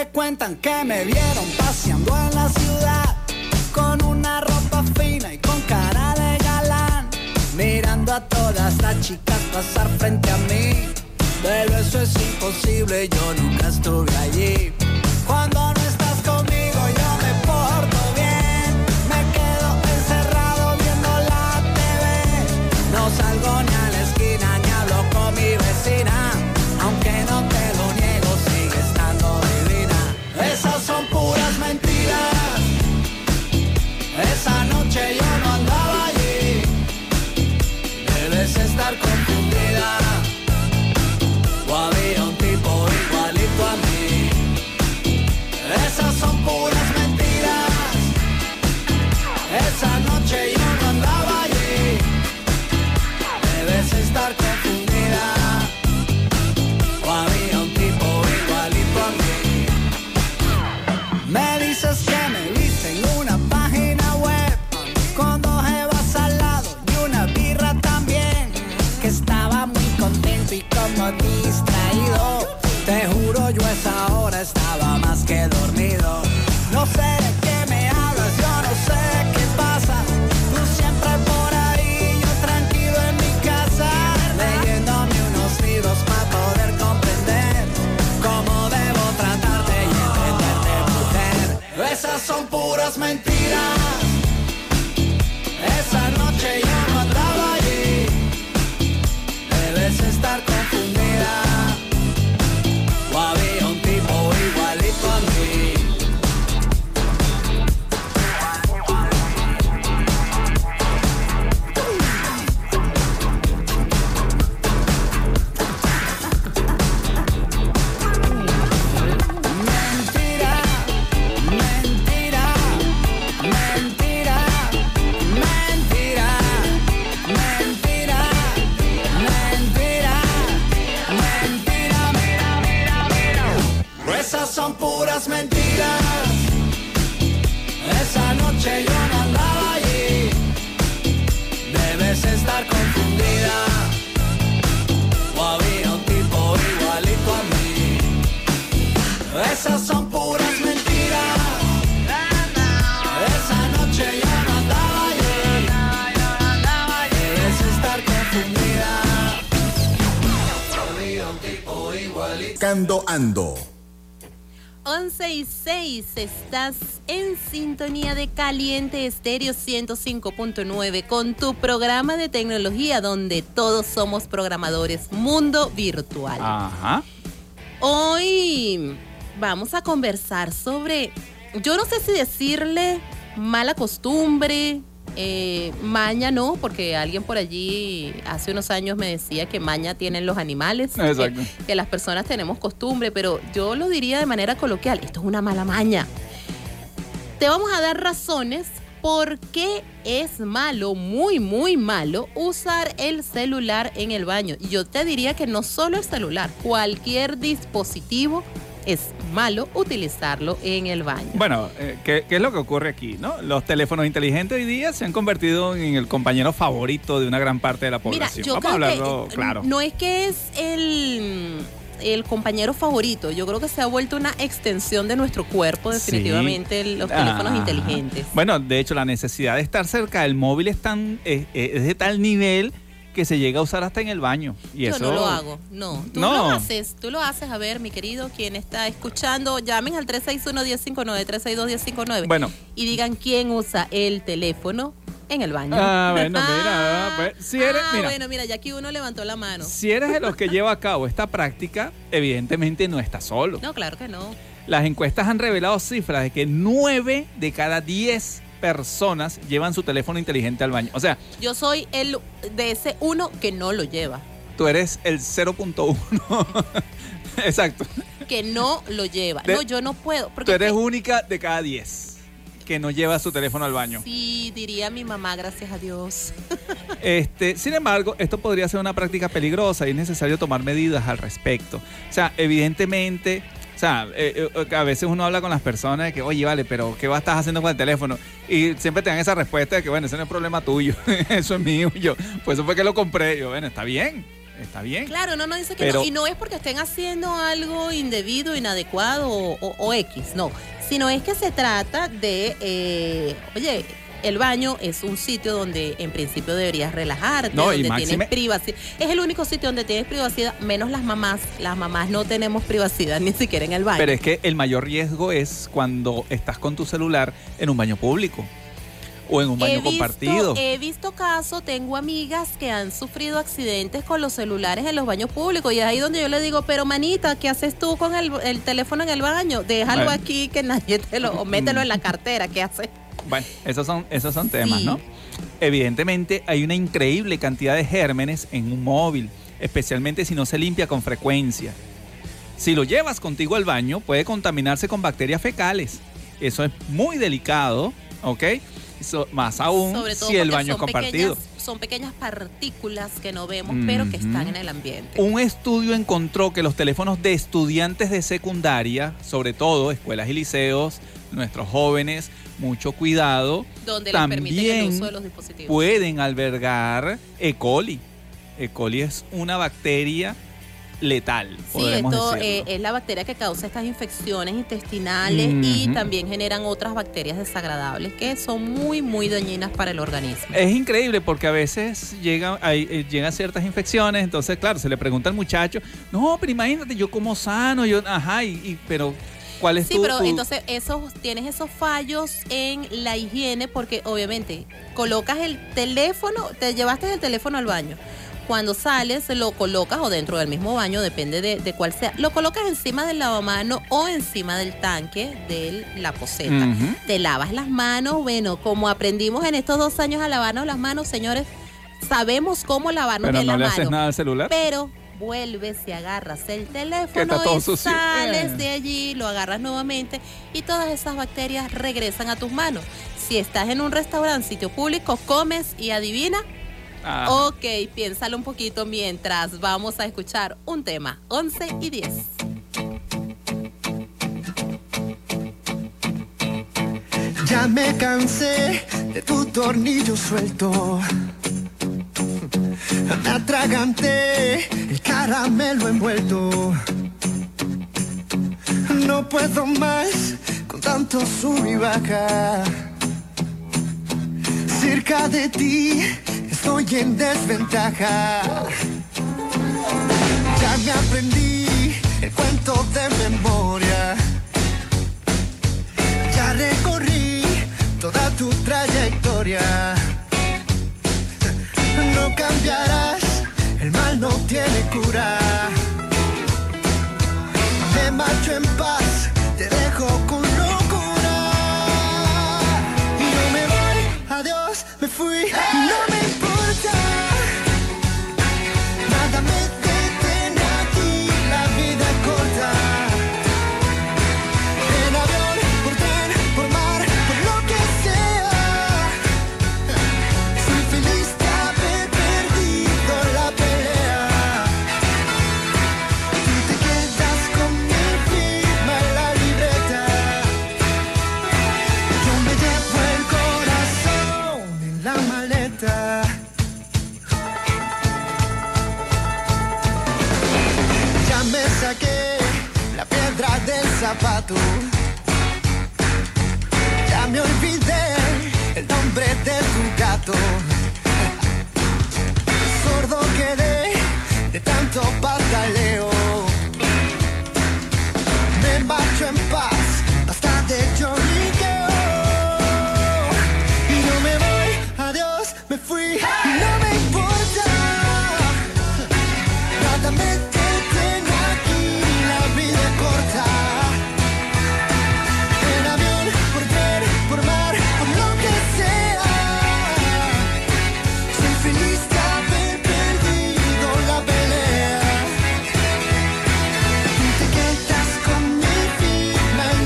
cuentan que me vieron paseando en la ciudad con una ropa fina y con cara de galán, mirando a todas las chicas pasar frente a mí. Pero eso es imposible, yo nunca estuve allí. Cuando no estás conmigo yo me porto bien, me quedo encerrado viendo la T V. No salgo ni a la esquina ni hablo con mi vecina, aunque no te lo niego, sigue estando divina. Esas son puras mentiras, esa noche yo no andaba allí. Debes estar confundida, o había un tipo igualito a mí. Esas son puras mentiras, esa noche yo no andaba allí. Debes estar confundida, o había un tipo igualito a mí. Me dices que me viste en una página web con dos jevas al lado y una birra también, que estaba muy contento y como distraído. Te juro yo a esa hora estaba más que dormido. No sé de qué me hablas, yo no sé qué pasa. Tú siempre por ahí, yo tranquilo en mi casa, leyéndome unos libros para poder comprender cómo debo tratarte y entenderte, mujer. Esas son puras mentiras, esa noche yo no andaba allí. Debes estar confundida, o había un tipo igualito a mí. Mentira, mentira, mentira, mentira, mentira, mentira, mentira, mira, mira, mira. Esas son puras mentiras, esa noche yo no andaba allí. Debes estar confundida, o había un tipo igualito a mí. Esas son puras mentiras, esa noche yo no andaba allí. Debes estar confundida, o había un tipo igualito. Cando Ando. once y seis, estás en sintonía de Caliente Estéreo ciento cinco punto nueve con tu programa de tecnología donde todos somos programadores, Mundo Virtual. Ajá. Hoy vamos a conversar sobre, yo no sé si decirle mala costumbre, eh, maña no, porque alguien por allí hace unos años me decía que maña tienen los animales, Exacto. que, que las personas tenemos costumbre, pero yo lo diría de manera coloquial, esto es una mala maña. Te vamos a dar razones por qué es malo, muy, muy malo, usar el celular en el baño. Y yo te diría que no solo el celular, cualquier dispositivo es malo utilizarlo en el baño. Bueno, eh, ¿qué, ¿qué es lo que ocurre aquí, no? Los teléfonos inteligentes hoy día se han convertido en el compañero favorito de una gran parte de la Mira, población. yo Vamos a creo hablarlo que claro. no es que es el, el compañero favorito, yo creo que se ha vuelto una extensión de nuestro cuerpo definitivamente Sí. los teléfonos Ah. inteligentes. Bueno, de hecho, la necesidad de estar cerca del móvil es, tan, es, es de tal nivel que se llega a usar hasta en el baño. Y Yo eso, no lo hago, no. Tú No. lo haces, tú lo haces. A ver, mi querido, quien está escuchando, llamen al tres seis uno, uno cero cinco nueve, tres seis dos, uno cero cinco nueve Bueno. y digan quién usa el teléfono en el baño. Ah, bueno, mira, pues, si eres, Ah, mira, bueno, mira, ya aquí uno levantó la mano. si eres de los que lleva a cabo esta práctica, evidentemente no estás solo. No, claro que no. Las encuestas han revelado cifras de que nueve de cada diez personas llevan su teléfono inteligente al baño. O sea, Yo soy el de ese uno que no lo lleva, tú eres el cero punto uno. Exacto. que no lo lleva. De- no, yo no puedo. Tú Porque eres es que- única de cada diez que no lleva su teléfono al baño. Sí, diría mi mamá, gracias a Dios. Este, sin embargo, esto podría ser una práctica peligrosa y es necesario tomar medidas al respecto. O sea, evidentemente, o sea, eh, eh, a veces uno habla con las personas de que, oye, vale, pero ¿qué vas- estás haciendo con el teléfono? Y siempre te dan esa respuesta de que, bueno, ese no es problema tuyo, eso es mío. Yo, pues eso fue que lo compré. Yo, bueno, está bien. está bien. Claro, no, no dice que Pero- no. Y no es porque estén haciendo algo indebido, inadecuado o, o- o X, no. Sino es que se trata de, eh, oye, el baño es un sitio donde en principio deberías relajarte, No, y donde máxime- tienes privacidad. Es el único sitio donde tienes privacidad, menos las mamás. Las mamás no tenemos privacidad ni siquiera en el baño. Pero es que el mayor riesgo es cuando estás con tu celular en un baño público o en un baño he visto, compartido. He visto casos, tengo amigas que han sufrido accidentes con los celulares en los baños públicos y es ahí donde yo le digo, pero manita, ¿qué haces tú con el, el teléfono en el baño? Déjalo Bueno. aquí que nadie te lo, o mételo en la cartera, ¿qué haces? Bueno, esos son, esos son temas, Sí. ¿no? Evidentemente hay una increíble cantidad de gérmenes en un móvil, especialmente si no se limpia con frecuencia. Si lo llevas contigo al baño, puede contaminarse con bacterias fecales. Eso es muy delicado, ¿ok? So- más aún Sobre todo si el porque baño es son compartido. pequeñas, son pequeñas partículas que no vemos, pero que Ujú. están en el ambiente. Un estudio encontró que los teléfonos de estudiantes de secundaria, sobre todo escuelas y liceos, nuestros jóvenes, mucho cuidado, Donde les permiten el también uso de los dispositivos. pueden albergar E. coli. E. coli es una bacteria letal, Sí, podemos esto decirlo. eh, es la bacteria que causa estas infecciones intestinales y Ujú. también generan otras bacterias desagradables que son muy, muy dañinas para el organismo. Es increíble porque a veces llegan, hay, eh, llegan ciertas infecciones, entonces claro, se le pregunta al muchacho, no, pero imagínate, yo como sano, yo, ajá, y, y- pero ¿cuál es Sí, tu, pero tu- entonces esos, tienes esos fallos en la higiene porque obviamente colocas el teléfono, te llevaste el teléfono al baño. Cuando sales lo colocas o dentro del mismo baño, depende de, de cuál sea. Lo colocas encima del lavamano o encima del tanque de la poceta. Ujú. Te lavas las manos. Bueno, como aprendimos en estos dos años a lavarnos las manos, señores, sabemos cómo lavarnos pero bien no la le mano. haces nada al celular? Pero vuelves y agarras el Que teléfono está todo y sucio. sales Eh. de allí, lo agarras nuevamente y todas esas bacterias regresan a tus manos. Si estás en un restaurante, sitio público, comes y adivina, Ah. ok, piénsalo un poquito mientras vamos a escuchar un tema, once y diez. Ya me cansé de tu tornillo suelto. Me atraganté el caramelo envuelto. No puedo más con tanto sub y baja. Cerca de ti estoy en desventaja. Ya me aprendí el cuento de memoria. Ya recorrí toda tu trayectoria. No cambiarás, el mal no tiene cura. Me marcho en paz, te dejo con locura. Y no me voy, adiós, me fui, no me importa. Nada me detiene aquí, la vida es corta. En avión, por tren, por mar, por lo que sea. Soy feliz de haber perdido la pelea. Tú te quedas con mi firma en la libreta. Yo me llevo el corazón en la maleta. Ya me saqué la piedra del zapato. Ya me olvidé el nombre de tu gato. Sordo quedé de tanto pataleo. Me marcho en paz, basta de lloriqueo. Y no me voy, adiós, me fui, y no me importa. Nada me detiene aquí, la vida es corta. En avión, por tren, por mar, por lo que sea. Soy feliz de haber perdido la pelea. Tú te quedas con mi firma en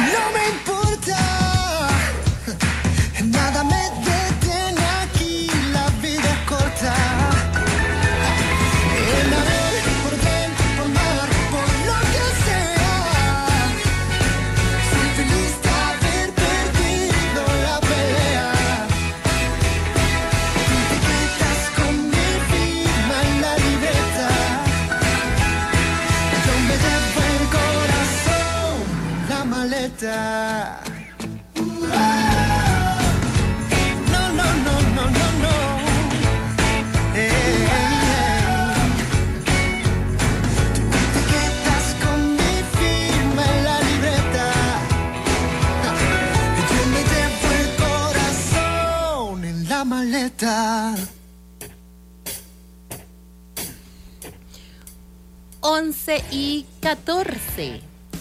No me importa, nada me detiene aquí, la vida es corta. En amor, por bien, por mal, por lo que sea, soy feliz de haber perdido la pelea. Tú te quedas con mi firma en la libreta, yo me llevo el corazón, la maleta. No, no, no, no, no, no. Hey, hey. Tú te quedas con mi firma en la libreta, yo me llevo el corazón en la maleta. once y catorce.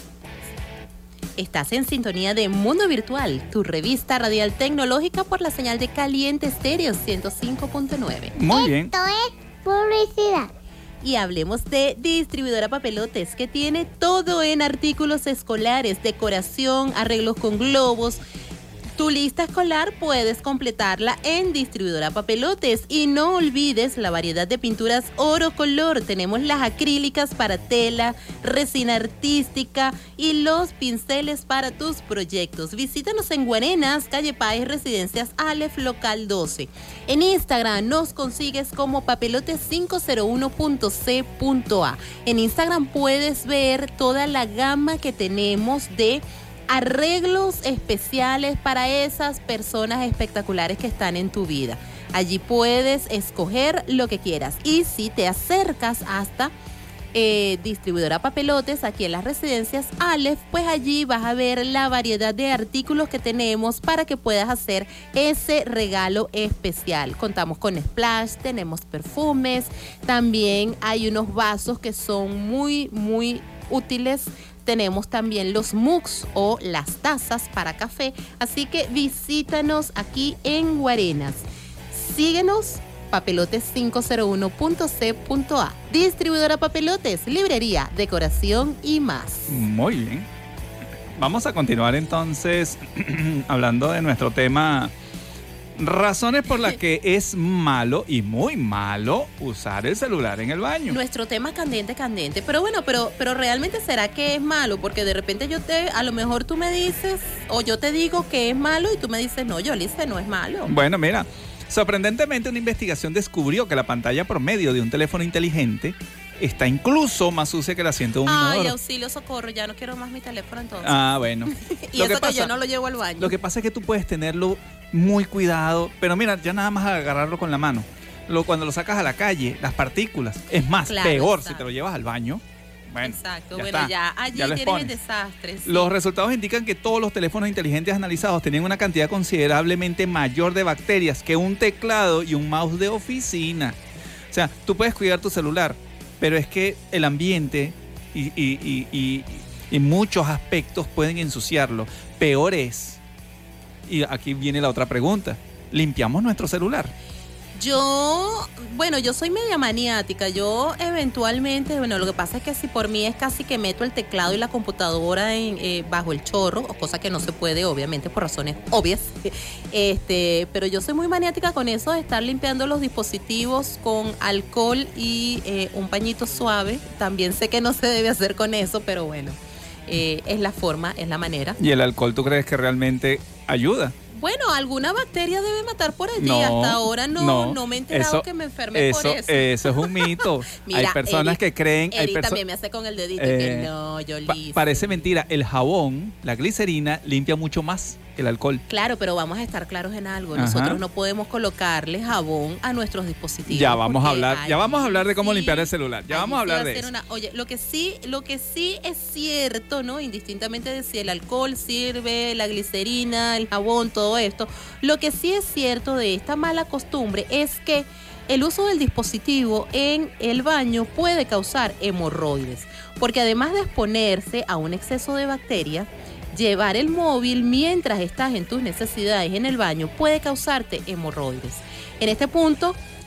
Estás en sintonía de Mundo Virtual, tu revista radial tecnológica por la señal de Caliente Estéreo ciento cinco punto nueve. Muy bien. Esto es publicidad. Y hablemos de Distribuidora Papelotes, que tiene todo en artículos escolares, decoración, arreglos con globos. Tu lista escolar puedes completarla en Distribuidora Papelotes. Y no olvides la variedad de pinturas oro color. Tenemos las acrílicas para tela, resina artística y los pinceles para tus proyectos. Visítanos en Guarenas, calle Páez, Residencias Aleph, local doce. En Instagram nos consigues como papelotes cinco cero uno punto c punto a. En Instagram puedes ver toda la gama que tenemos de arreglos especiales para esas personas espectaculares que están en tu vida. Allí puedes escoger lo que quieras. Y si te acercas hasta eh, Distribuidora Papelotes, aquí en las Residencias Aleph, pues allí vas a ver la variedad de artículos que tenemos para que puedas hacer ese regalo especial. Contamos con splash, tenemos perfumes, también hay unos vasos que son muy, muy útiles. Tenemos también los mugs o las tazas para café. Así que visítanos aquí en Guarenas. Síguenos, papelotes cinco cero uno punto c punto a. Distribuidora Papelotes, librería, decoración y más. Muy bien. Vamos a continuar entonces hablando de nuestro tema. Razones por las que es malo y muy malo usar el celular en el baño. Nuestro tema candente, candente. Pero bueno, pero, pero realmente será que es malo, porque de repente yo te, a lo mejor tú me dices, o yo te digo que es malo y tú me dices, no, Yolice, no es malo. Bueno, mira, sorprendentemente una investigación descubrió que la pantalla promedio de un teléfono inteligente está incluso más sucia que el asiento de un Ay, inodoro. auxilio, socorro, ya no quiero más mi teléfono entonces. Ah, bueno. y Lo eso que que, pasa, yo no lo llevo al baño. Lo que pasa es que tú puedes tenerlo muy cuidado, pero mira, ya nada más agarrarlo con la mano. Lo, cuando lo sacas a la calle, las partículas, es más, Claro, peor exacto. si te lo llevas al baño. Bueno, Exacto, ya bueno, está, ya allí ya lo tienes el expones. desastre. Sí. Los resultados indican que todos los teléfonos inteligentes analizados tenían una cantidad considerablemente mayor de bacterias que un teclado y un mouse de oficina. O sea, tú puedes cuidar tu celular, pero es que el ambiente y, y, y, y, y muchos aspectos pueden ensuciarlo. Peor es, y aquí viene la otra pregunta, ¿limpiamos nuestro celular? Yo, bueno, yo soy media maniática. Yo eventualmente, bueno, lo que pasa es que si por mí es casi que meto el teclado y la computadora en, eh, bajo el chorro, o cosa que no se puede, obviamente, por razones obvias. Este, pero yo soy muy maniática con eso de estar limpiando los dispositivos con alcohol y eh, un pañito suave. También sé que no se debe hacer con eso, pero bueno, eh, es la forma, es la manera. ¿Y el alcohol tú crees que realmente ayuda? Bueno, alguna bacteria debe matar por allí. No, Hasta ahora no, no, no me he enterado eso- que me enferme Eso, por eso. eso es un mito. Mira, hay personas Eric- que creen... hay Eric perso- también me hace con el dedito Eh, que no, yo pa- listo. parece mentira. El jabón, la glicerina, limpia mucho más que el alcohol. Claro, pero vamos a estar claros en algo. Ajá. Nosotros no podemos colocarle jabón a nuestros dispositivos. Ya vamos a porque hablar, ya vamos a allí hablar de cómo sí- limpiar el celular. Ya allí vamos a sí hablar va de ser eso. una- oye, lo que sí, lo que sí es cierto, ¿no? Indistintamente de si el alcohol sirve, la glicerina, el jabón, todo esto. Lo que sí es cierto de esta mala costumbre es que el uso del dispositivo en el baño puede causar hemorroides, porque además de exponerse a un exceso de bacterias, llevar el móvil mientras estás en tus necesidades en el baño puede causarte hemorroides. En este punto,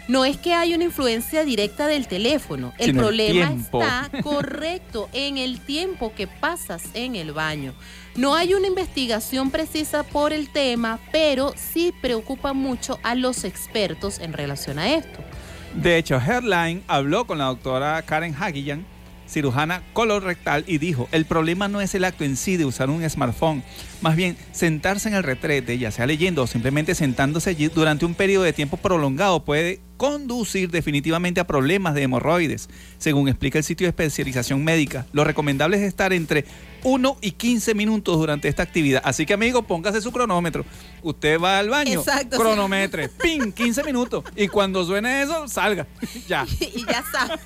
No es que haya una influencia directa del teléfono, el Sino el problema tiempo. está correcto en el tiempo que pasas en el baño. No hay una investigación precisa por el tema, pero sí preocupa mucho a los expertos en relación a esto. De hecho, Headline habló con la doctora Karen Hagiyan, cirujana colorectal, y dijo, el problema no es el acto en sí de usar un smartphone, más bien sentarse en el retrete, ya sea leyendo o simplemente sentándose allí durante un periodo de tiempo prolongado puede conducir definitivamente a problemas de hemorroides, según explica el sitio de especialización médica. Lo recomendable es estar entre uno y quince minutos durante esta actividad. Así que, amigo, póngase su cronómetro. Usted va al baño, Exacto, cronometre, pin, quince minutos. Y cuando suene eso, salga. Ya. Y ya sabes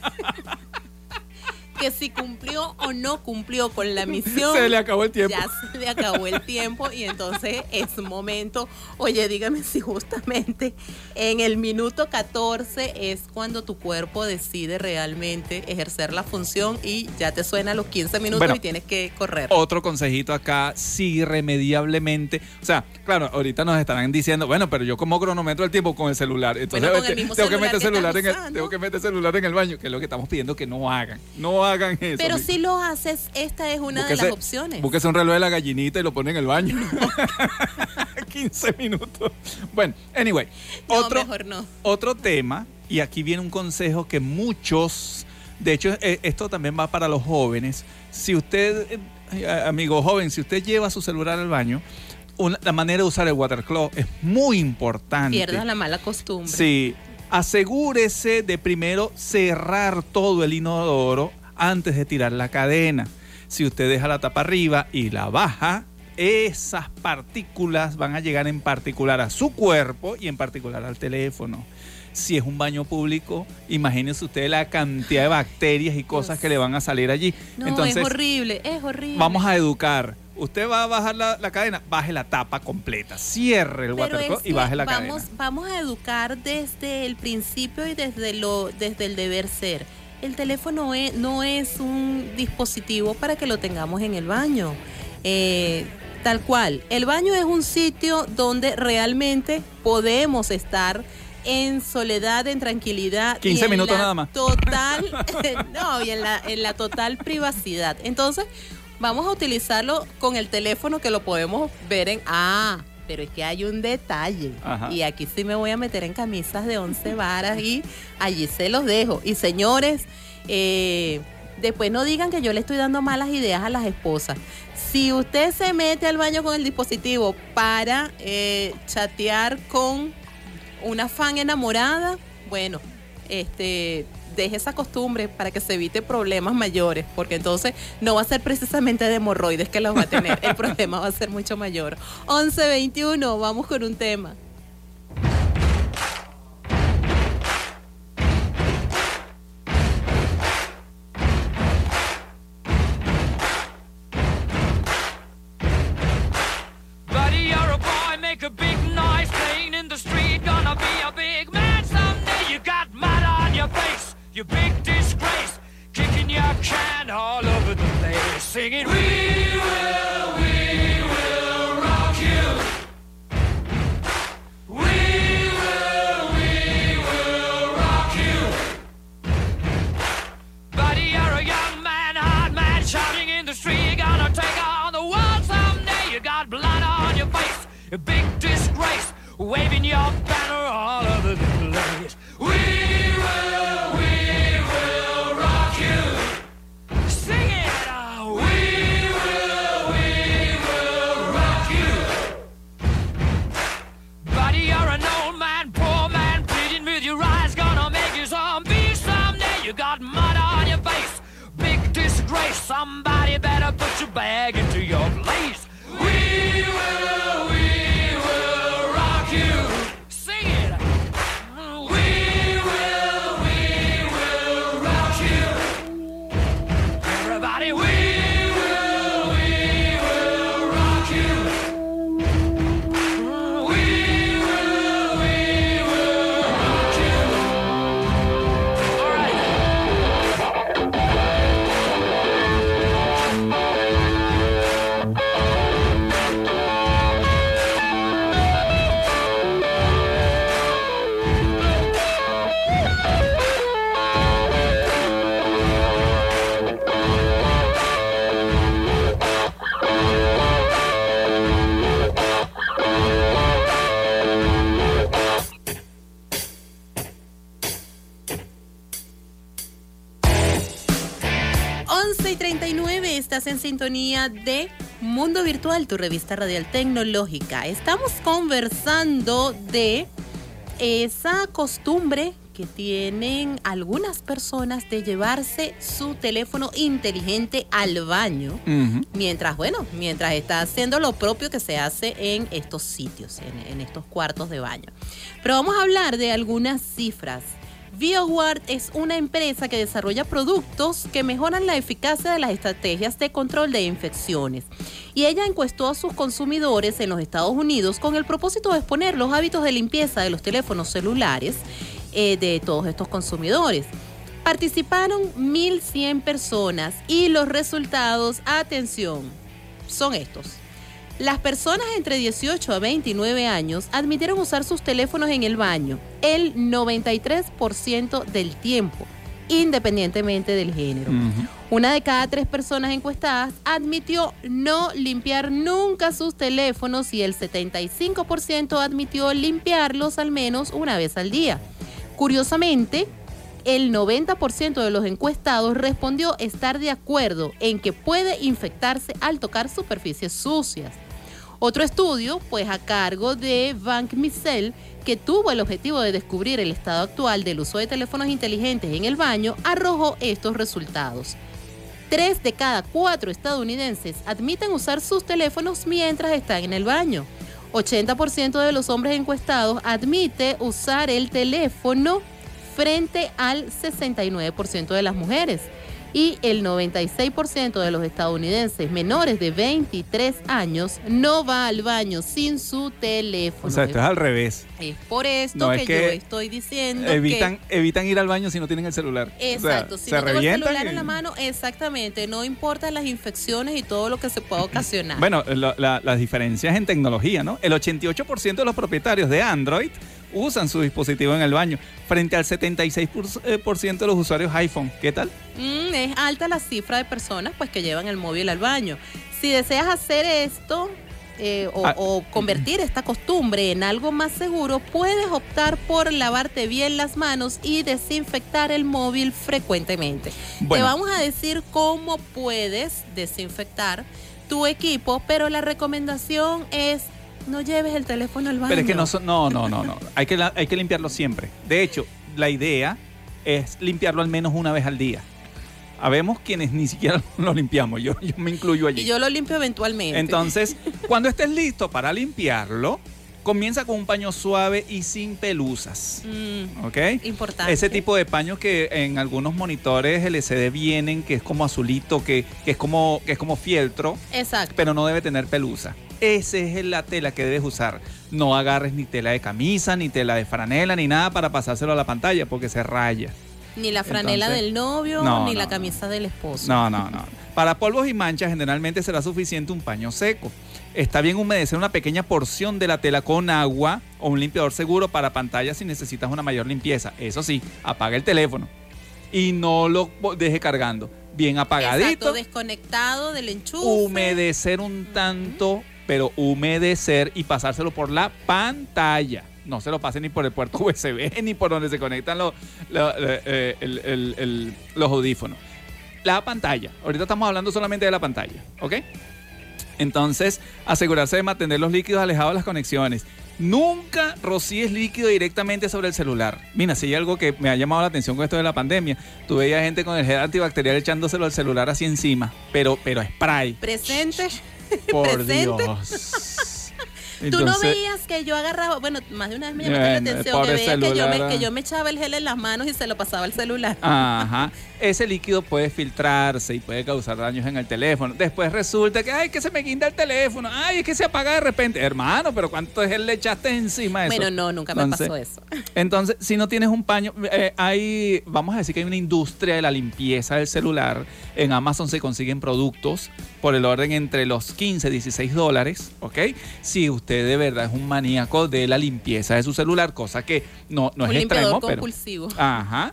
que si cumplió o no cumplió con la misión, Se le acabó el tiempo. ya se le acabó el tiempo y entonces es momento, oye, dígame si justamente en el minuto catorce es cuando tu cuerpo decide realmente ejercer la función y ya te suena a los quince minutos Bueno, y tienes que correr. Otro consejito acá, si irremediablemente, o sea, claro, ahorita nos estarán diciendo, bueno, pero yo como cronometro el tiempo con el celular, entonces Bueno, con el te- mismo tengo que celular meter que celular estás en el, usando. tengo que meter celular en el baño, que es lo que estamos pidiendo que no hagan, no hagan eso. Pero amigo. si lo haces, esta es una de Búsquese- las opciones. Búsquese un reloj de la gallinita y lo pone en el baño. quince minutos. Bueno, anyway, No, otro, mejor no. otro tema, y aquí viene un consejo que muchos, de hecho, eh, esto también va para los jóvenes. Si usted, eh, amigo joven, si usted lleva su celular al baño, una- la manera de usar el watercloak es muy importante. Pierdas la mala costumbre. Sí, asegúrese de primero cerrar todo el inodoro antes de tirar la cadena. Si usted deja la tapa arriba y la baja, esas partículas van a llegar en particular a su cuerpo y en particular al teléfono. Si es un baño público, imagínese usted la cantidad de bacterias y cosas Dios. que le van a salir allí. No, Entonces, es horrible, es horrible. vamos a educar. Usted va a bajar la, la cadena, baje la tapa completa, cierre el Pero watercloak es y baje la que vamos, cadena. vamos a educar desde el principio y desde, lo, desde el deber ser. El teléfono es- no es un dispositivo para que lo tengamos en el baño. Eh, tal cual. El baño es un sitio donde realmente podemos estar en soledad, en tranquilidad. y quince en minutos la nada más. Total, no, y en la, en la total privacidad. Entonces, vamos a utilizarlo con el teléfono que lo podemos ver en... Ah, pero es que hay un detalle. Ajá. Y aquí sí me voy a meter en camisas de once varas y allí se los dejo. Y señores, eh, después no digan que yo le estoy dando malas ideas a las esposas. Si usted se mete al baño con el dispositivo para eh, chatear con una fan enamorada, bueno, este, deje esa costumbre para que se evite problemas mayores, porque entonces no va a ser precisamente de hemorroides que los va a tener, el problema va a ser mucho mayor. once veintiuno, vamos con un tema. Buddy, you're a boy, make a big noise playing in the street. Gonna be a big man someday. You got mud on your face, you big disgrace. Kicking your can all over the place. Singing, we will, we will rock you. We will, we will rock you. Buddy, you're a young man, hard man, shouting in the street. You're gonna take on the world someday. You got blood on your face, a big disgrace, waving your banner all over the place. We will, we will rock you. Sing it out. We will, we will rock you. Buddy, you're an old man, poor man, pleading with your eyes, gonna make you zombie someday. You got mud on your face, big disgrace. Somebody better put your bag into your place. We will, we will rock you. Sing it. We will, estás en sintonía de Mundo Virtual, tu revista radial tecnológica. Estamos conversando de esa costumbre que tienen algunas personas de llevarse su teléfono inteligente al baño, uh-huh. mientras, bueno, mientras está haciendo lo propio que se hace en estos sitios, en, en estos cuartos de baño. Pero vamos a hablar de algunas cifras. BioWard es una empresa que desarrolla productos que mejoran la eficacia de las estrategias de control de infecciones. Y ella encuestó a sus consumidores en los Estados Unidos con el propósito de exponer los hábitos de limpieza de los teléfonos celulares eh, de todos estos consumidores. Participaron mil cien personas y los resultados, atención, son estos. Las personas entre dieciocho a veintinueve años admitieron usar sus teléfonos en el baño el noventa y tres por ciento del tiempo, independientemente del género. Uh-huh. Una de cada tres personas encuestadas admitió no limpiar nunca sus teléfonos y el setenta y cinco por ciento admitió limpiarlos al menos una vez al día. Curiosamente, el noventa por ciento de los encuestados respondió estar de acuerdo en que puede infectarse al tocar superficies sucias. Otro estudio, pues a cargo de Bank Missel, que tuvo el objetivo de descubrir el estado actual del uso de teléfonos inteligentes en el baño, arrojó estos resultados. Tres de cada cuatro estadounidenses admiten usar sus teléfonos mientras están en el baño. ochenta por ciento de los hombres encuestados admite usar el teléfono frente al sesenta y nueve por ciento de las mujeres. Y el noventa y seis por ciento de los estadounidenses menores de veintitrés años no va al baño sin su teléfono. O sea, esto es al revés. Es por esto no, que, es que yo estoy diciendo evitan, que... evitan ir al baño si no tienen el celular. Exacto, o sea, si se no tengo el celular y... en la mano, exactamente, no importan las infecciones y todo lo que se pueda ocasionar. Bueno, la, la, las diferencias en tecnología, ¿no? El ochenta y ocho por ciento de los propietarios de Android usan su dispositivo en el baño, frente al setenta y seis por ciento de los usuarios iPhone. ¿Qué tal? Mm, es alta la cifra de personas pues que llevan el móvil al baño. Si deseas hacer esto eh, o, ah. o convertir esta costumbre en algo más seguro, puedes optar por lavarte bien las manos y desinfectar el móvil frecuentemente. Bueno. Te vamos a decir cómo puedes desinfectar tu equipo, pero la recomendación es: no lleves el teléfono al baño. Pero es que no, no, no, no, no. Hay que, hay que limpiarlo siempre. De hecho, la idea es limpiarlo al menos una vez al día. Habemos quienes ni siquiera lo limpiamos. Yo, yo me incluyo allí. Y yo lo limpio eventualmente. Entonces, cuando estés listo para limpiarlo, comienza con un paño suave y sin pelusas. Mm, ¿Ok? Importante. Ese tipo de paños que en algunos monitores L C D vienen, que es como azulito, que, que, es, como, que es como fieltro. Exacto. Pero no debe tener pelusa. Esa es la tela que debes usar. No agarres ni tela de camisa, ni tela de franela, ni nada para pasárselo a la pantalla porque se raya. Ni la franela Entonces, del novio, no, ni no, la no. camisa del esposo. No, no, no. Para polvos y manchas generalmente será suficiente un paño seco. Está bien humedecer una pequeña porción de la tela con agua o un limpiador seguro para pantallas si necesitas una mayor limpieza. Eso sí, apaga el teléfono y no lo deje cargando. Bien apagadito. Exacto, desconectado del enchufe. Humedecer un tanto, pero humedecer y pasárselo por la pantalla. No se lo pase ni por el puerto U S B ni por donde se conectan los, los, eh, el, el, el, los audífonos. La pantalla. Ahorita estamos hablando solamente de la pantalla, ¿ok? Entonces, asegurarse de mantener los líquidos alejados de las conexiones. Nunca rocíes líquido directamente sobre el celular. Mira, si hay algo que me ha llamado la atención con esto de la pandemia, tú veías gente con el gel antibacterial echándoselo al celular así encima, pero, pero spray. Presente. Por Presente. Dios. Entonces, tú no veías que yo agarraba, bueno, más de una vez me llamaste eh, la atención, que veía celular, que yo, me, que yo me echaba el gel en las manos y se lo pasaba al celular. Ajá. Ese líquido puede filtrarse y puede causar daños en el teléfono. Después resulta que, ay, que se me guinda el teléfono. Ay, es que se apaga de repente. Hermano, pero ¿cuánto gel le echaste encima de eso? Bueno, no, nunca me entonces, pasó eso. Entonces, si no tienes un paño, eh, hay, vamos a decir que hay una industria de la limpieza del celular. En Amazon se consiguen productos por el orden entre los quince, dieciséis dólares, ¿ok? Si usted de verdad es un maníaco de la limpieza de su celular, cosa que no, no es extremo, pero... compulsivo. Ajá.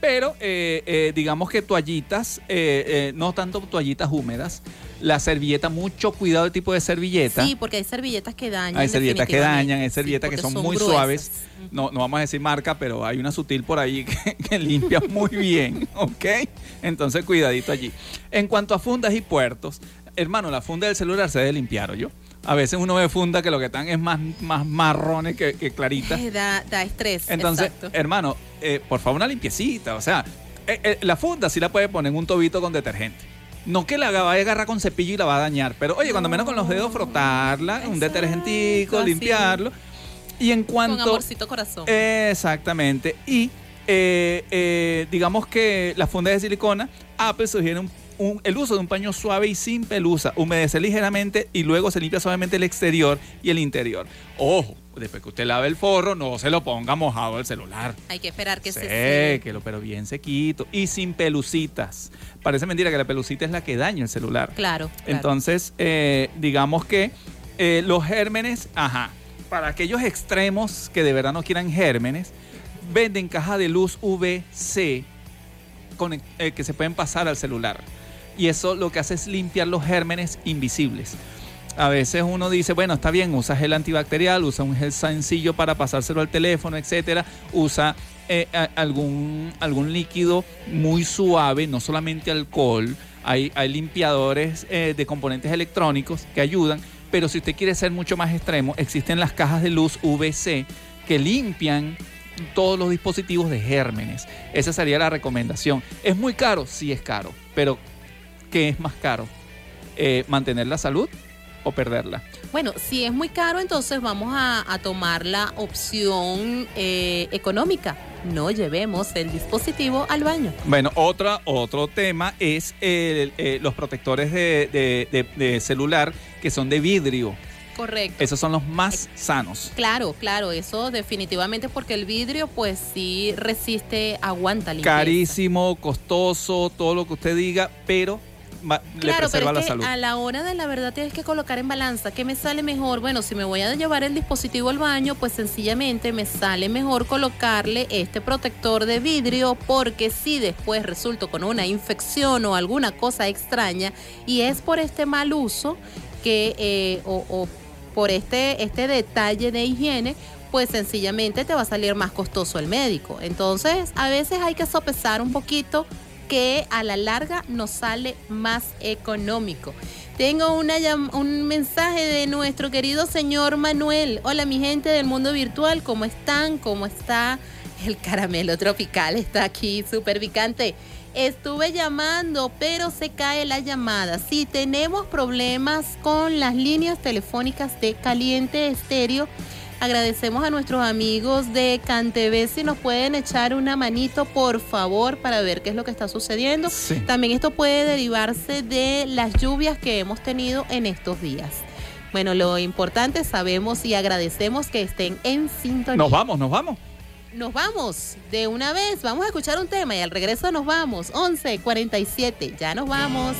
Pero eh, eh, digamos que toallitas, eh, eh, no tanto toallitas húmedas, la servilleta, mucho cuidado del tipo de servilleta. Sí, porque hay servilletas que dañan. Hay servilletas que dañan, hay servilletas sí, que son, son muy gruesas. suaves. No, no vamos a decir marca, pero hay una sutil por ahí que, que limpia muy bien, ¿ok? Entonces, cuidadito allí. En cuanto a fundas y puertos, hermano, la funda del celular se debe limpiar, ¿o yo? A veces uno ve funda que lo que están es más, más marrones que, que claritas. Eh, Da, da estrés. Entonces, exacto. hermano, eh, por favor, una limpiecita. O sea, eh, eh, la funda sí la puede poner en un tobito con detergente. No que la vaya a agarrar con cepillo y la va a dañar, pero oye, cuando menos con los dedos frotarla, un detergentico, así. limpiarlo. Y en cuanto... Con amorcito corazón. Exactamente. Y eh, eh, digamos que las fundas de silicona, Apple sugiere un, un- el uso de un paño suave y sin pelusa, humedece ligeramente y luego se limpia suavemente el exterior y el interior. Ojo, después que usted lave el forro, no se lo ponga mojado el celular. Hay que esperar que se seque. Séquelo, pero bien sequito y sin pelucitas. Parece mentira que la pelucita es la que daña el celular. Claro, claro. Entonces, eh, digamos que eh, los gérmenes, ajá, para aquellos extremos que de verdad no quieran gérmenes, venden cajas de luz U V C con, eh, que se pueden pasar al celular. Y eso lo que hace es limpiar los gérmenes invisibles. A veces uno dice, bueno, está bien, usa gel antibacterial, usa un gel sencillo para pasárselo al teléfono, etcétera. Usa eh, a- algún, algún líquido muy suave, no solamente alcohol. Hay, hay limpiadores eh, de componentes electrónicos que ayudan, pero si usted quiere ser mucho más extremo, existen las cajas de luz U V C que limpian todos los dispositivos de gérmenes. Esa sería la recomendación. ¿Es muy caro? Sí es caro, pero ¿qué es más caro? Eh, ¿Mantener la salud o perderla? Bueno, si es muy caro, entonces vamos a, a tomar la opción eh, económica. No llevemos el dispositivo al baño. Bueno, otra, otro tema es el- eh, los protectores de, de- de- de celular que son de vidrio. Correcto. Esos son los más sanos. Claro, claro, eso definitivamente porque el vidrio pues sí resiste, aguanta limpieza. Carísimo, costoso, todo lo que usted diga, pero va- le Claro, preserva pero la es que salud. a la hora de la verdad tienes que colocar en balanza qué me sale mejor. Bueno, si me voy a llevar el dispositivo al baño, pues sencillamente me sale mejor colocarle este protector de vidrio, porque si después resulto con una infección o alguna cosa extraña y es por este mal uso que eh, o, o por este, este detalle de higiene, pues sencillamente te va a salir más costoso el médico. Entonces, a veces hay que sopesar un poquito que a la larga nos sale más económico. Tengo una, llam- un mensaje de nuestro querido señor Manuel. Hola, mi gente del mundo virtual, ¿cómo están? ¿Cómo está el caramelo tropical? Está aquí súper picante. Estuve llamando, pero se cae la llamada. Sí, tenemos problemas con las líneas telefónicas de Caliente Estéreo. Agradecemos a nuestros amigos de CanTV si nos pueden echar una manito, por favor, para ver qué es lo que está sucediendo. Sí. También esto puede derivarse de las lluvias que hemos tenido en estos días. Bueno, lo importante, sabemos y agradecemos que estén en sintonía. Nos vamos, nos vamos. Nos vamos de una vez, vamos a escuchar un tema y al regreso nos vamos. once cuarenta y siete, ya nos vamos.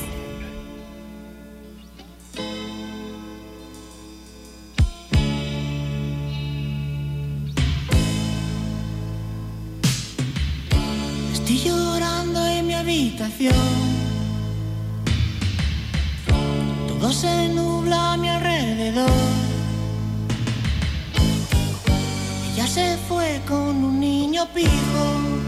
Estoy llorando en mi habitación. Todo se nubla a mi alrededor. Ella se fue con un niño pijo.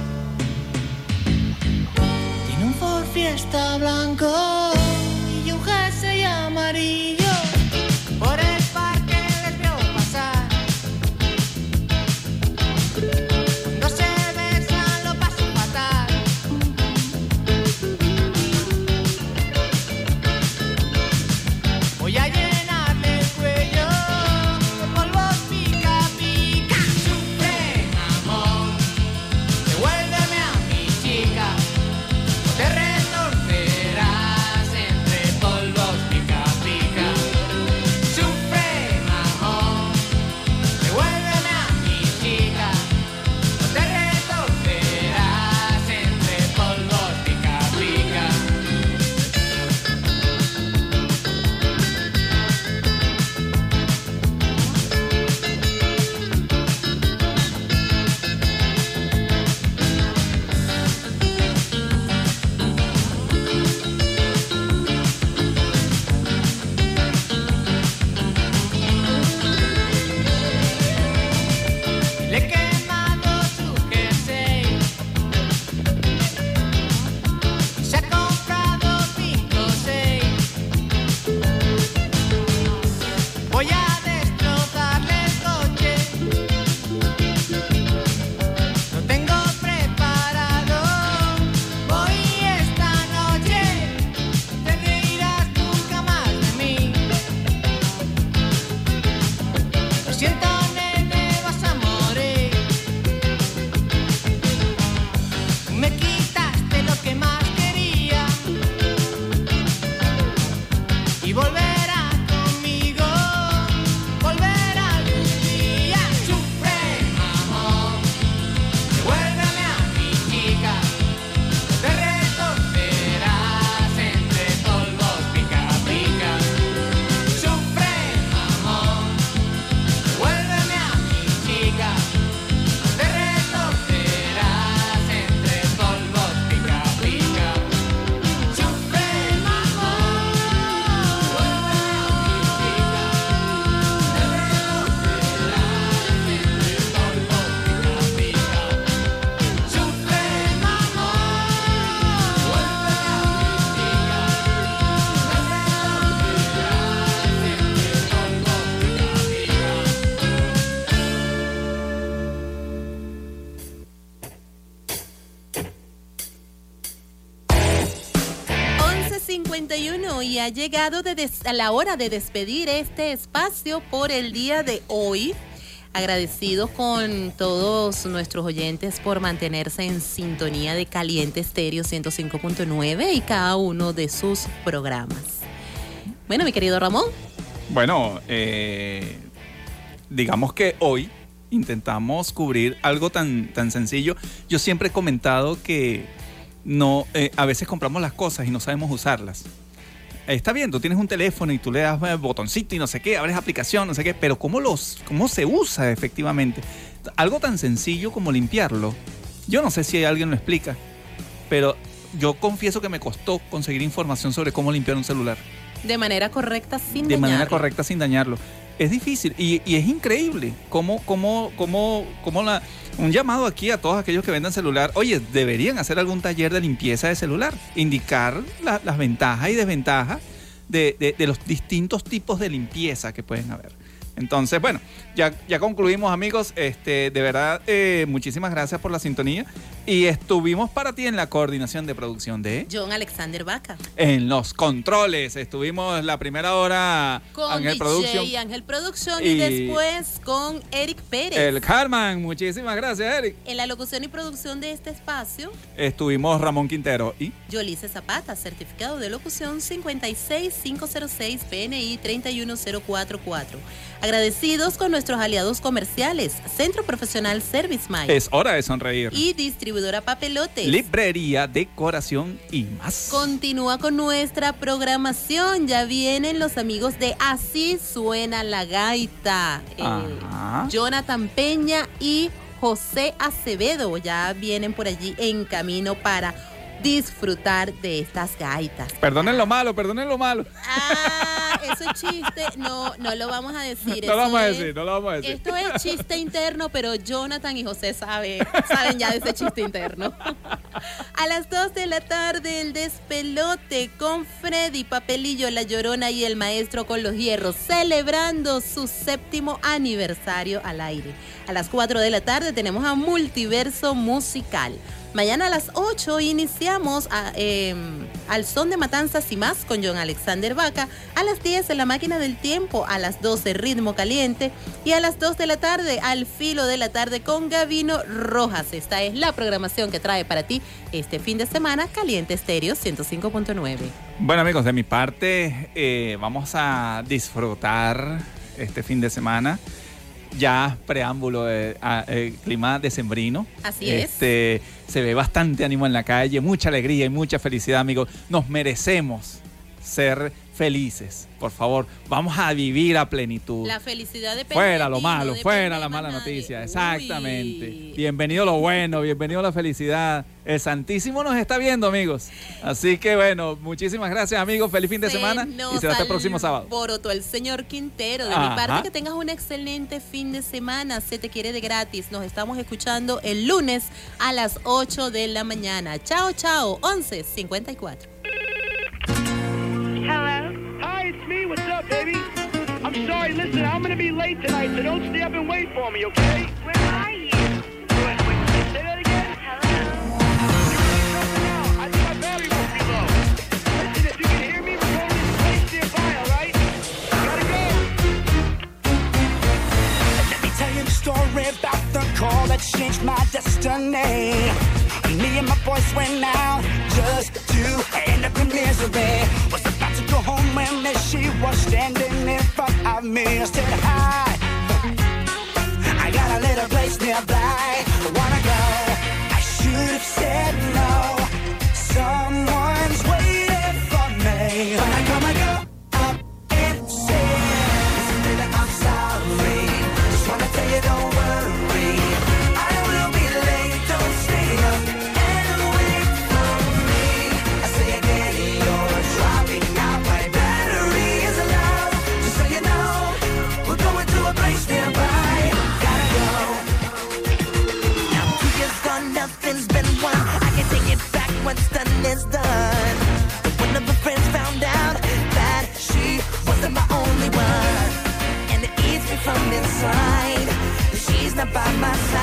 Tiene un Ford Fiesta blanco y un jersey amarillo. Por el parque les vio pasar. Cuando se besan lo paso fatal. Voy a llenarle el cuello de polvos pica pica. Sufre, amor, devuélveme a mi chica, te retorcerás. cincuenta y uno y ha llegado de des- a la hora de despedir este espacio por el día de hoy. Agradecidos con todos nuestros oyentes por mantenerse en sintonía de Caliente Estéreo ciento cinco punto nueve y cada uno de sus programas. Bueno, mi querido Ramón. Bueno, eh, digamos que hoy intentamos cubrir algo tan, tan sencillo. Yo siempre he comentado que no, eh, a veces compramos las cosas y no sabemos usarlas. Está bien, tú tienes un teléfono y tú le das el botoncito y no sé qué, abres aplicación, no sé qué, pero ¿cómo, los, cómo se usa efectivamente? Algo tan sencillo como limpiarlo. Yo no sé si alguien lo explica, pero yo confieso que me costó conseguir información sobre cómo limpiar un celular. De manera correcta, sin De dañarlo. manera correcta, sin dañarlo. Es difícil y, y es increíble cómo, cómo, cómo, cómo la, un llamado aquí a todos aquellos que vendan celular. Oye, deberían hacer algún taller de limpieza de celular, indicar la, las ventajas y desventajas de, de, de los distintos tipos de limpieza que pueden haber. Entonces, bueno, ya, ya concluimos, amigos. Este, de verdad, eh, muchísimas gracias por la sintonía. Y estuvimos para ti en la coordinación de producción de... John Alexander Vaca. En los controles. Estuvimos la primera hora Con Ángel D J Production. y Ángel Production y, Y después con Eric Pérez. El Carman. Muchísimas gracias, Eric. En la locución y producción de este espacio, Estuvimos Ramón Quintero y... Yolice Zapata, certificado de locución cincuenta y seis cinco cero seis P N I treinta y uno cero cuatro cuatro. Agradecidos con nuestros aliados comerciales, Centro Profesional Service Mike Es hora de sonreír. y Distribuidora Papelotes. Librería, decoración y más. Continúa con nuestra programación. Ya vienen los amigos de Así Suena la Gaita. Eh, Ajá. Jonathan Peña y José Acevedo ya vienen por allí en camino para disfrutar de estas gaitas. Perdonen lo malo, perdonen lo malo. Ah, eso es chiste. No, no lo vamos a decir. No lo Eso vamos a es- decir, no lo vamos a decir. Esto es chiste interno, pero Jonathan y José sabe, saben ya de ese chiste interno. A las dos de la tarde, el despelote con Freddy Papelillo, La Llorona y el Maestro con los Hierros, celebrando su séptimo aniversario al aire. A las cuatro de la tarde tenemos a Multiverso Musical. Mañana a las ocho iniciamos a, eh, al son de Matanzas y más con John Alexander Vaca. A las diez en La Máquina del Tiempo, a las doce Ritmo Caliente y a las dos de la tarde Al Filo de la Tarde con Gavino Rojas. Esta es la programación que trae para ti este fin de semana Caliente Estéreo ciento cinco punto nueve. Bueno, amigos, de mi parte, eh, vamos a disfrutar este fin de semana. Ya preámbulo de a, eh, clima decembrino. Así es. este, Se ve bastante ánimo en la calle, mucha alegría y mucha felicidad, amigos. Nos merecemos ser felices. Por favor, vamos a vivir a plenitud. La felicidad depende Fuera de lo ti, malo, no depende fuera de la más mala nadie. noticia. Uy. Exactamente. Bienvenido lo bueno, bienvenido la felicidad. El Santísimo nos está viendo, amigos. Así que bueno, muchísimas gracias, amigos. Feliz fin de Se semana nos y será este próximo sábado. alborotó el señor Quintero. De Ajá. mi parte, que tengas un excelente fin de semana. Se te quiere de gratis. Nos estamos escuchando el lunes a las ocho de la mañana. Chao, chao. once cincuenta y cuatro. Hello? Hi, it's me. What's up, baby? I'm sorry. Listen, I'm going to be late tonight, so don't stay up and wait for me, okay? Where are you? Wait, wait, say that again? Hello? I think my battery must be low. Listen, if you can hear me, we're going to this place nearby, all right? Gotta go. Let me tell you the story about the call that changed my destiny. Me and my boys went out just to end up in misery. Was about to go home when there she was standing in front of me. I said, hi, I got a little place nearby. I wanna go. I should have said no. Someone's waiting for me. But I gotta go up and say, listen, baby, I'm sorry. Just wanna tell you, don't worry. I will be late. Don't stay up and wait for me. I say again, you're dropping out. My battery is low. Just so you know, we're going to a place nearby. Gotta go. Now two years gone, nothing's been won. I can take it back. What's done is done. But one of her friends found out that she wasn't my only one, and it eats me from inside. She's not by my side.